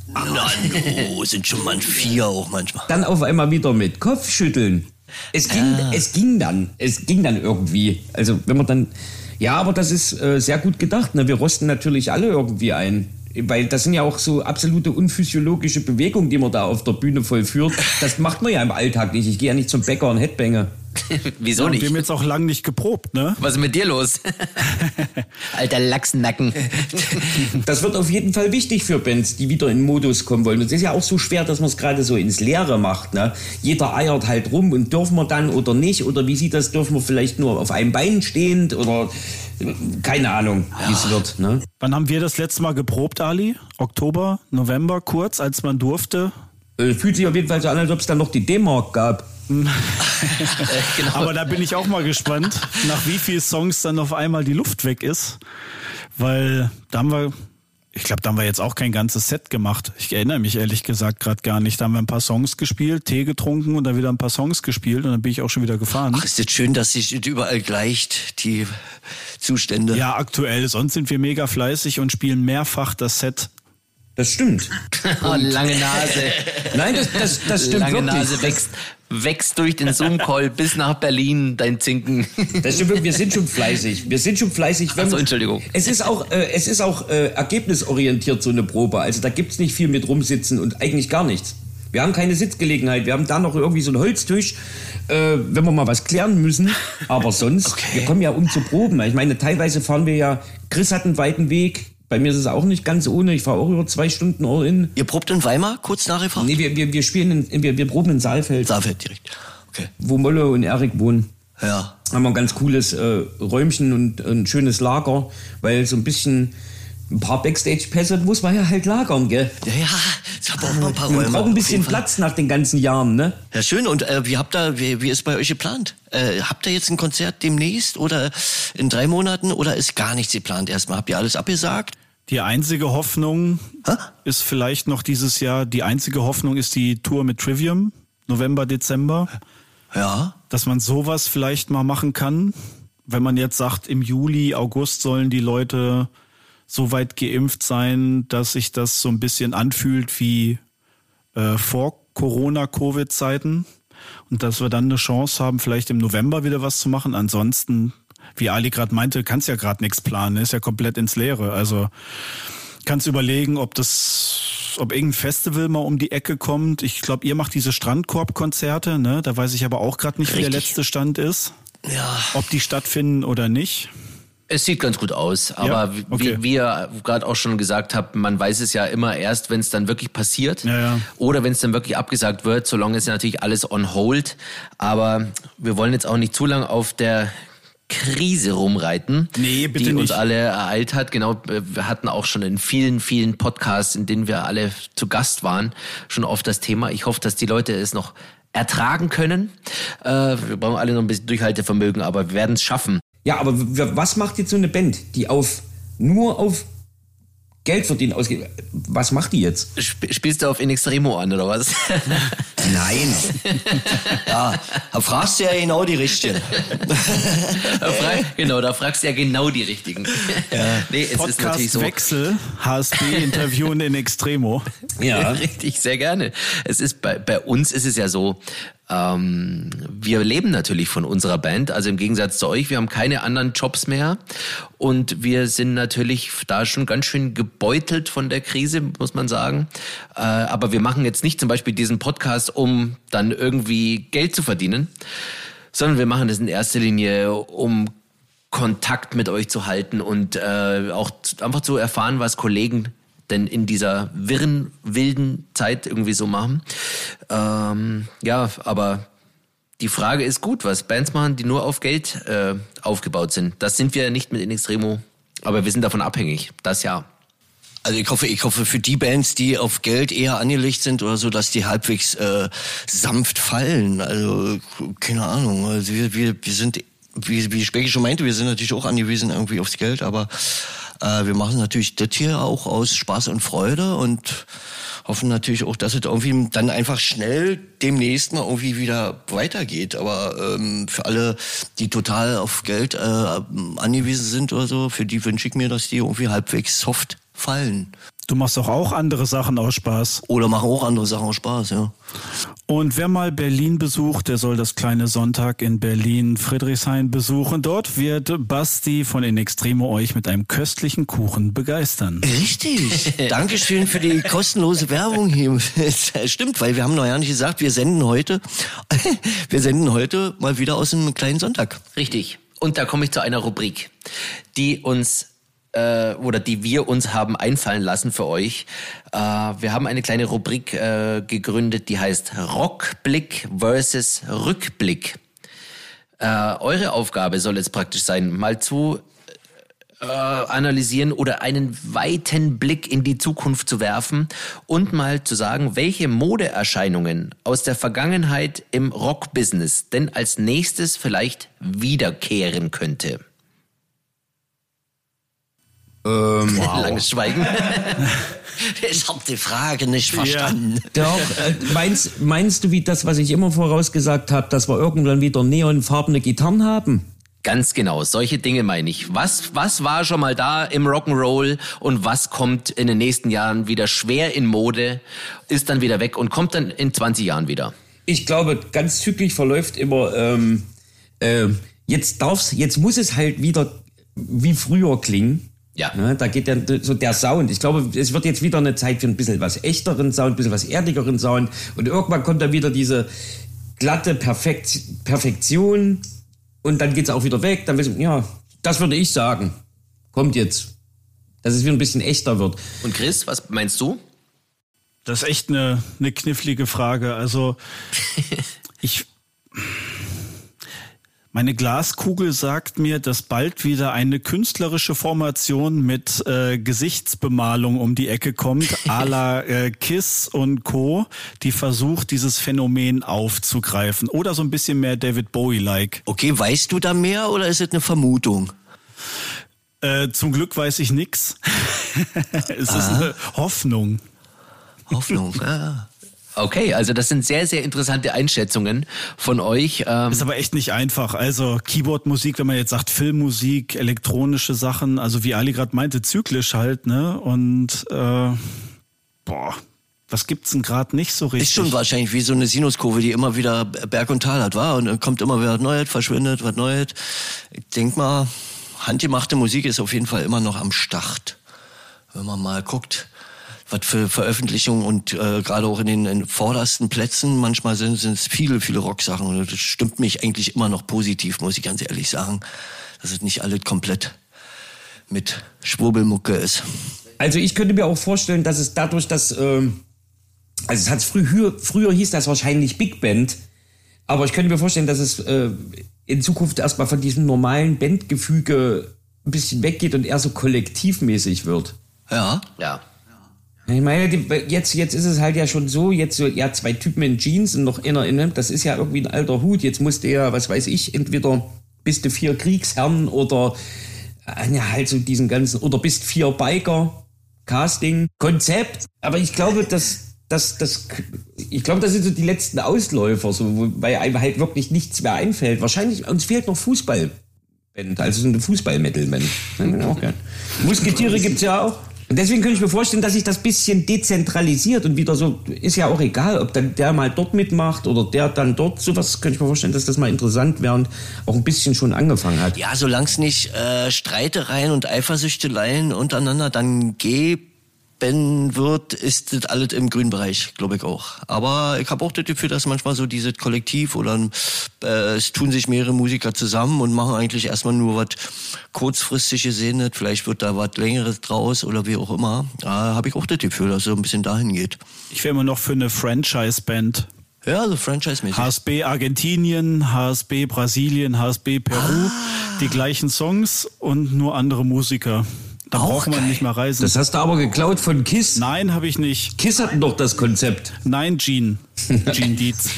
Speaker 4: Na, no, sind schon mal 4 auch manchmal.
Speaker 3: Dann auf einmal wieder mit Kopfschütteln. Es ging dann irgendwie. Also wenn man dann, ja, aber das ist sehr gut gedacht. Ne? Wir rosten natürlich alle irgendwie ein. Weil das sind ja auch so absolute unphysiologische Bewegungen, die man da auf der Bühne vollführt. Das macht man ja im Alltag nicht. Ich gehe ja nicht zum Bäcker und Headbanger.
Speaker 2: Wieso
Speaker 5: Und
Speaker 2: nicht?
Speaker 5: wir haben jetzt auch lang nicht geprobt, ne?
Speaker 2: Was ist mit dir los? Alter Lachsnacken.
Speaker 3: Das wird auf jeden Fall wichtig für Bands, die wieder in Modus kommen wollen. Und es ist ja auch so schwer, dass man es gerade so ins Leere macht. Ne? Jeder eiert halt rum und dürfen wir dann oder nicht? Oder wie sieht das? Dürfen wir vielleicht nur auf einem Bein stehend? Oder keine Ahnung, wie es wird. Ne?
Speaker 5: Wann haben wir das letzte Mal geprobt, Ali? Oktober, November, kurz, als man durfte?
Speaker 3: Fühlt sich auf jeden Fall so an, als ob es dann noch die D-Mark gab.
Speaker 2: Genau.
Speaker 5: Aber da bin ich auch mal gespannt, nach wie vielen Songs dann auf einmal die Luft weg ist. Weil da haben wir, ich glaube, da haben wir jetzt auch kein ganzes Set gemacht. Ich erinnere mich ehrlich gesagt gerade gar nicht. Da haben wir ein paar Songs gespielt, Tee getrunken und dann wieder ein paar Songs gespielt und dann bin ich auch schon wieder gefahren.
Speaker 4: Ach, ist das schön, dass sich überall gleicht, die Zustände.
Speaker 5: Ja, aktuell. Sonst sind wir mega fleißig und spielen mehrfach das Set.
Speaker 3: Das stimmt.
Speaker 2: Oh, lange Nase.
Speaker 3: Nein, das stimmt
Speaker 2: Lange
Speaker 3: wirklich.
Speaker 2: Nase wächst durch den Zoom-Call bis nach Berlin, dein Zinken.
Speaker 3: Das stimmt wirklich, wir sind schon fleißig.
Speaker 2: Ach so, Entschuldigung.
Speaker 3: Es ist auch ergebnisorientiert, so eine Probe. Also da gibt's nicht viel mit rumsitzen und eigentlich gar nichts. Wir haben keine Sitzgelegenheit. Wir haben da noch irgendwie so einen Holztisch, wenn wir mal was klären müssen. Aber sonst, wir kommen ja zu proben. Ich meine, teilweise fahren wir ja, Chris hat einen weiten Weg. Bei mir ist es auch nicht ganz ohne. Ich fahre auch über 2 Stunden all in.
Speaker 4: Ihr probt in Weimar, kurz nachgefragt?
Speaker 3: Nee, wir spielen wir proben in Saalfeld.
Speaker 4: Saalfeld direkt. Okay.
Speaker 3: Wo Molle und Erik wohnen.
Speaker 4: Ja.
Speaker 3: Haben wir ein ganz cooles Räumchen und ein schönes Lager, weil so ein paar Backstage-Pässe muss man ja halt lagern, gell?
Speaker 4: Ja, ich habe auch mal ein paar Räume.
Speaker 3: Man braucht ein bisschen Platz nach den ganzen Jahren, ne?
Speaker 4: Ja, schön. Und wie ist bei euch geplant? Habt ihr jetzt ein Konzert demnächst oder in 3 Monaten oder ist gar nichts geplant erstmal? Habt ihr alles abgesagt?
Speaker 5: Die einzige Hoffnung ist vielleicht noch dieses Jahr, die einzige Hoffnung ist die Tour mit Trivium, November, Dezember.
Speaker 4: Ja.
Speaker 5: Dass man sowas vielleicht mal machen kann, wenn man jetzt sagt, im Juli, August sollen die Leute so weit geimpft sein, dass sich das so ein bisschen anfühlt wie vor Corona-Covid-Zeiten und dass wir dann eine Chance haben, vielleicht im November wieder was zu machen. Ansonsten, wie Ali gerade meinte, kannst ja gerade nichts planen, ist ja komplett ins Leere. Also kannst überlegen, ob irgendein Festival mal um die Ecke kommt. Ich glaube, ihr macht diese Strandkorb-Konzerte, ne? Da weiß ich aber auch gerade nicht, wie der letzte Stand ist.
Speaker 4: Ja.
Speaker 5: Ob die stattfinden oder nicht.
Speaker 2: Es sieht ganz gut aus, aber
Speaker 5: Ja, okay.
Speaker 2: wie ihr gerade auch schon gesagt habt, man weiß es ja immer erst, wenn es dann wirklich passiert
Speaker 5: Ja.
Speaker 2: oder wenn es dann wirklich abgesagt wird. Solange ist ja natürlich alles on hold, aber wir wollen jetzt auch nicht zu lang auf der Krise rumreiten,
Speaker 5: Nee, bitte
Speaker 2: die uns
Speaker 5: nicht.
Speaker 2: alle ereilt hat. Genau, wir hatten auch schon in vielen, vielen Podcasts, in denen wir alle zu Gast waren, schon oft das Thema. Ich hoffe, dass die Leute es noch ertragen können. Wir brauchen alle noch ein bisschen Durchhaltevermögen, aber wir werden es schaffen.
Speaker 3: Ja, aber was macht jetzt so eine Band, die nur auf Geld verdienen ausgeht? Was macht die jetzt?
Speaker 2: Spielst du auf In Extremo an, oder was?
Speaker 3: Nein.
Speaker 4: Ja, da fragst du ja genau die Richtigen.
Speaker 2: Genau, da fragst du ja genau die Richtigen. Nee, es ist natürlich so.
Speaker 5: Podcast-Wechsel, HSB-Interviewen in Extremo.
Speaker 3: Ja.
Speaker 2: Richtig, sehr gerne. Es ist bei uns ist es ja so, wir leben natürlich von unserer Band, also im Gegensatz zu euch, wir haben keine anderen Jobs mehr und wir sind natürlich da schon ganz schön gebeutelt von der Krise, muss man sagen. Aber wir machen jetzt nicht zum Beispiel diesen Podcast, um dann irgendwie Geld zu verdienen, sondern wir machen das in erster Linie, um Kontakt mit euch zu halten und auch einfach zu erfahren, was Kollegen denn in dieser wirren, wilden Zeit irgendwie so machen. Ja, aber die Frage ist gut, was Bands machen, die nur auf Geld aufgebaut sind. Das sind wir nicht mit In Extremo, aber wir sind davon abhängig, das ja.
Speaker 4: Also ich hoffe für die Bands, die auf Geld eher angelegt sind oder so, dass die halbwegs sanft fallen. Also keine Ahnung. Also wir sind, wie Specki schon meinte, wir sind natürlich auch angewiesen irgendwie aufs Geld, aber wir machen natürlich das hier auch aus Spaß und Freude und hoffen natürlich auch, dass es irgendwie dann einfach schnell demnächst mal irgendwie wieder weitergeht. Aber für alle, die total auf Geld angewiesen sind oder so, für die wünsche ich mir, dass die irgendwie halbwegs soft fallen.
Speaker 5: Du machst doch auch andere Sachen aus Spaß.
Speaker 4: Oder machen auch andere Sachen aus Spaß, ja.
Speaker 5: Und wer mal Berlin besucht, der soll das kleine Sonntag in Berlin Friedrichshain besuchen. Dort wird Basti von In Extremo euch mit einem köstlichen Kuchen begeistern.
Speaker 4: Richtig. Dankeschön für die kostenlose Werbung hier. Stimmt, weil wir haben noch ja nicht gesagt, wir senden heute mal wieder aus einem kleinen Sonntag.
Speaker 2: Richtig. Und da komme ich zu einer Rubrik, die wir uns haben einfallen lassen für euch. Wir haben eine kleine Rubrik gegründet, die heißt Rockblick versus Rückblick. Eure Aufgabe soll jetzt praktisch sein, mal zu analysieren oder einen weiten Blick in die Zukunft zu werfen und mal zu sagen, welche Modeerscheinungen aus der Vergangenheit im Rockbusiness denn als nächstes vielleicht wiederkehren könnte.
Speaker 4: Wow.
Speaker 2: Langes Schweigen.
Speaker 4: Ich hab die Frage nicht verstanden.
Speaker 3: Doch, meinst du wie das, was ich immer vorausgesagt habe, dass wir irgendwann wieder neonfarbene Gitarren haben?
Speaker 2: Ganz genau, solche Dinge meine ich. Was war schon mal da im Rock'n'Roll und was kommt in den nächsten Jahren wieder schwer in Mode, ist dann wieder weg und kommt dann in 20 Jahren wieder?
Speaker 3: Ich glaube, ganz zügig verläuft immer, jetzt muss es halt wieder wie früher klingen.
Speaker 2: Ja.
Speaker 3: Ne, da geht ja so der Sound. Ich glaube, es wird jetzt wieder eine Zeit für ein bisschen was echteren Sound, ein bisschen was erdigeren Sound. Und irgendwann kommt dann wieder diese glatte Perfektion. Und dann geht's auch wieder weg. Dann ja, das würde ich sagen. Kommt jetzt. Dass es wieder ein bisschen echter wird.
Speaker 2: Und Chris, was meinst du?
Speaker 5: Das ist echt eine knifflige Frage. Also meine Glaskugel sagt mir, dass bald wieder eine künstlerische Formation mit Gesichtsbemalung um die Ecke kommt, à la Kiss und Co., die versucht, dieses Phänomen aufzugreifen. Oder so ein bisschen mehr David Bowie-like.
Speaker 4: Okay, weißt du da mehr oder ist es eine Vermutung?
Speaker 5: Zum Glück weiß ich nix. Es ist eine Hoffnung.
Speaker 4: Hoffnung, ja.
Speaker 2: Okay, also das sind sehr, sehr interessante Einschätzungen von euch.
Speaker 5: Ist aber echt nicht einfach. Also Keyboard-Musik, wenn man jetzt sagt Filmmusik, elektronische Sachen, also wie Ali gerade meinte, zyklisch halt, ne? Und was gibt's denn gerade nicht so richtig?
Speaker 4: Ist schon wahrscheinlich wie so eine Sinuskurve, die immer wieder Berg und Tal hat, war und dann kommt immer wieder was Neues, verschwindet, was Neues. Ich denk mal, handgemachte Musik ist auf jeden Fall immer noch am Start. Wenn man mal guckt, was für Veröffentlichungen und gerade auch in den vordersten Plätzen, manchmal sind es viele, viele Rocksachen und das stimmt mich eigentlich immer noch positiv, muss ich ganz ehrlich sagen, dass es nicht alles komplett mit Schwurbelmucke ist.
Speaker 3: Also ich könnte mir auch vorstellen, dass es dadurch, dass es hat früher hieß das wahrscheinlich Big Band, aber ich könnte mir vorstellen, dass es in Zukunft erstmal von diesem normalen Bandgefüge ein bisschen weggeht und eher so kollektivmäßig wird.
Speaker 4: Ja.
Speaker 2: Ja.
Speaker 3: Ich meine, jetzt ist es halt ja schon so, zwei Typen in Jeans und noch einer in, das ist ja irgendwie ein alter Hut. Jetzt musst du ja, was weiß ich, entweder bist du 4 Kriegsherren oder halt so diesen ganzen, oder bist 4 Biker, Casting, Konzept. Aber ich glaube, das sind so die letzten Ausläufer, so, weil einem halt wirklich nichts mehr einfällt. Wahrscheinlich, uns fehlt noch Fußballband, also so eine Fußball-Metal-Band. Musketiere gibt's ja auch. Und deswegen könnte ich mir vorstellen, dass sich das bisschen dezentralisiert und wieder so, ist ja auch egal, ob dann der mal dort mitmacht oder der dann dort, sowas könnte ich mir vorstellen, dass das mal interessant wäre und auch ein bisschen schon angefangen hat.
Speaker 4: Ja, solange es nicht Streitereien und Eifersüchteleien untereinander dann geben wird, ist das alles im grünen Bereich, glaube ich auch. Aber ich habe auch das Gefühl, dass manchmal so dieses Kollektiv oder es tun sich mehrere Musiker zusammen und machen eigentlich erstmal nur was kurzfristig Gesehenes, vielleicht wird da was Längeres draus oder wie auch immer. Da habe ich auch das Gefühl, dass es so ein bisschen dahin geht.
Speaker 5: Ich wäre immer noch für eine Franchise-Band.
Speaker 4: Ja, so Franchise-mäßig.
Speaker 5: HSB Argentinien, HSB Brasilien, HSB Peru, die gleichen Songs und nur andere Musiker. Da braucht man nicht mehr reisen.
Speaker 3: Das hast du aber geklaut von Kiss.
Speaker 5: Nein, habe ich nicht.
Speaker 3: Kiss hatten doch das Konzept.
Speaker 5: Nein, Gene Dietz.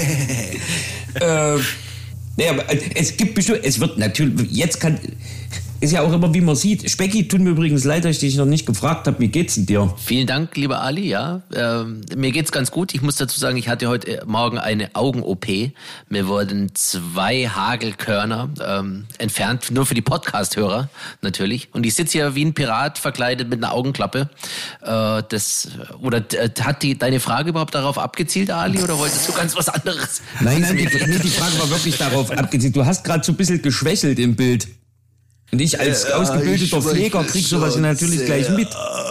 Speaker 3: Ja, aber es gibt bestimmt, es wird natürlich, Ist ja auch immer, wie man sieht. Specki, tut mir übrigens leid, dass ich dich noch nicht gefragt habe, wie geht's denn dir?
Speaker 2: Vielen Dank, lieber Ali, ja. Mir geht's ganz gut. Ich muss dazu sagen, ich hatte heute Morgen eine Augen-OP. Mir wurden 2 Hagelkörner entfernt, nur für die Podcast-Hörer natürlich. Und ich sitze hier wie ein Pirat verkleidet mit einer Augenklappe. Hat deine Frage überhaupt darauf abgezielt, Ali, oder wolltest du ganz was anderes?
Speaker 3: Nein, die Frage war wirklich darauf abgezielt. Du hast gerade so ein bisschen geschwächelt im Bild. Und ich als ausgebildeter Pfleger krieg sowas natürlich gleich mit.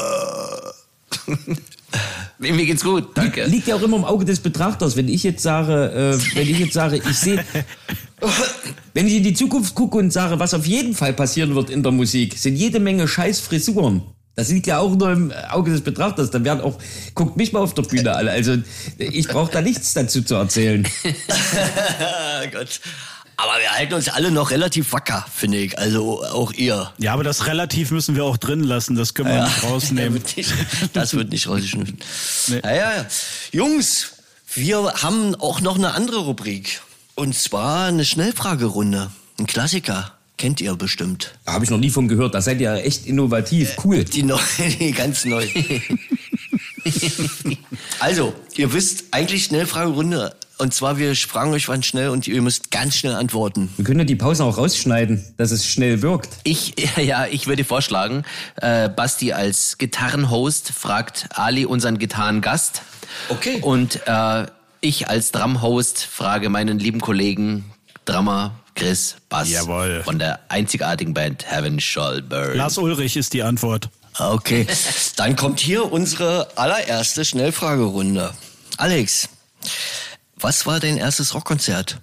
Speaker 2: Mir geht's gut, danke.
Speaker 3: Liegt ja auch immer im Auge des Betrachters. Wenn ich jetzt sage, ich sehe, wenn ich in die Zukunft gucke und sage, was auf jeden Fall passieren wird in der Musik, sind jede Menge scheiß Frisuren. Das liegt ja auch nur im Auge des Betrachters. Dann werden auch, guckt mich mal auf der Bühne alle. Also ich brauche da nichts dazu zu erzählen.
Speaker 4: Gott. Aber wir halten uns alle noch relativ wacker, finde ich. Also auch ihr.
Speaker 5: Ja, aber das relativ müssen wir auch drin lassen. Das können wir nicht rausnehmen.
Speaker 4: Das wird nicht rausgeschnitten.
Speaker 5: Nee.
Speaker 4: Ja. Jungs, wir haben auch noch eine andere Rubrik. Und zwar eine Schnellfragerunde. Ein Klassiker. Kennt ihr bestimmt.
Speaker 3: Habe ich noch nie von gehört. Da seid ihr echt innovativ. Cool.
Speaker 4: Die ganz neu. Also, ihr wisst eigentlich Schnellfragerunde. Und zwar, wir fragen euch wann schnell und ihr müsst ganz schnell antworten.
Speaker 3: Wir können ja die Pausen auch rausschneiden, dass es schnell wirkt.
Speaker 2: Ich würde vorschlagen, Basti als Gitarrenhost fragt Ali, unseren Gitarrengast.
Speaker 4: Okay.
Speaker 2: Und ich als Drumhost frage meinen lieben Kollegen Drummer Chris Bass.
Speaker 5: Jawohl.
Speaker 2: Von der einzigartigen Band Heaven Shall Burn.
Speaker 5: Lars Ulrich ist die Antwort.
Speaker 4: Okay, dann kommt hier unsere allererste Schnellfragerunde. Alex, was war dein erstes Rockkonzert?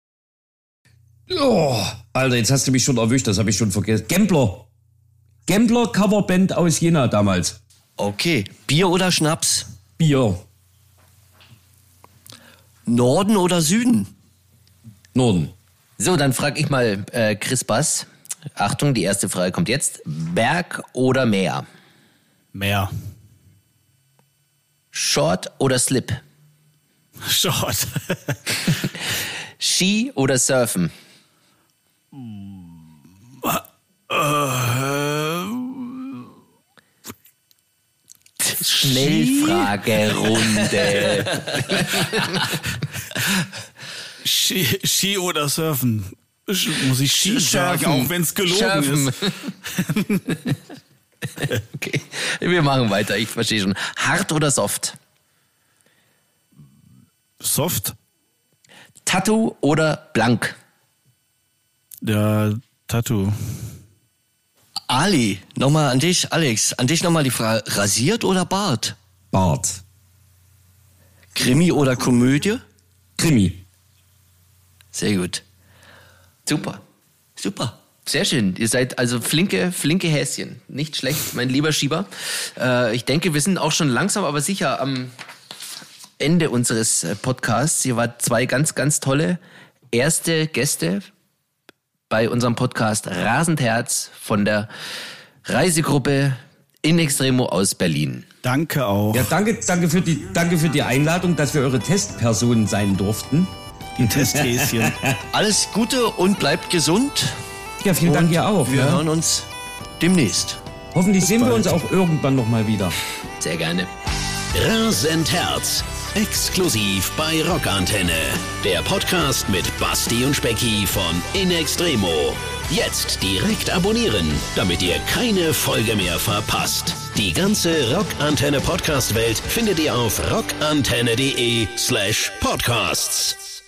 Speaker 3: Oh, Alter, jetzt hast du mich schon erwischt, das habe ich schon vergessen. Gambler Coverband aus Jena damals.
Speaker 4: Okay, Bier oder Schnaps?
Speaker 3: Bier.
Speaker 4: Norden oder Süden?
Speaker 3: Norden.
Speaker 2: So, dann frage ich mal Chris Bass. Achtung, die erste Frage kommt jetzt. Berg oder Meer?
Speaker 5: Meer.
Speaker 2: Short oder Slip?
Speaker 5: Short.
Speaker 2: Ski oder Surfen? Schnellfragerunde.
Speaker 5: Ski oder Surfen? Muss ich Ski sagen, auch wenn es gelogen ist.
Speaker 2: Okay, wir machen weiter, ich verstehe schon. Hart oder soft?
Speaker 5: Soft?
Speaker 2: Tattoo oder blank?
Speaker 5: Ja, Tattoo.
Speaker 4: Ali, nochmal an dich, Alex, an dich nochmal die Frage, rasiert oder Bart?
Speaker 3: Bart.
Speaker 4: Krimi oder Komödie?
Speaker 3: Krimi.
Speaker 4: Sehr gut.
Speaker 2: Super.
Speaker 4: Super.
Speaker 2: Sehr schön. Ihr seid also flinke Häschen. Nicht schlecht, mein lieber Schieber. Ich denke, wir sind auch schon langsam, aber sicher am Ende unseres Podcasts. Ihr wart 2 ganz, ganz tolle erste Gäste bei unserem Podcast Rasend Herz von der Reisegruppe In Extremo aus Berlin.
Speaker 5: Danke auch.
Speaker 3: Ja, danke für die Einladung, dass wir eure Testpersonen sein durften.
Speaker 5: Die Testhäschen.
Speaker 4: Alles Gute und bleibt gesund.
Speaker 3: Ja, vielen Dank ihr auch.
Speaker 4: Wir hören uns demnächst.
Speaker 3: Hoffentlich sehen wir uns auch irgendwann noch mal wieder.
Speaker 2: Sehr gerne.
Speaker 1: Rasend Herz. Exklusiv bei Rockantenne. Der Podcast mit Basti und Specki von In Extremo. Jetzt direkt abonnieren, damit ihr keine Folge mehr verpasst. Die ganze Rockantenne Podcast-Welt findet ihr auf rockantenne.de/podcasts.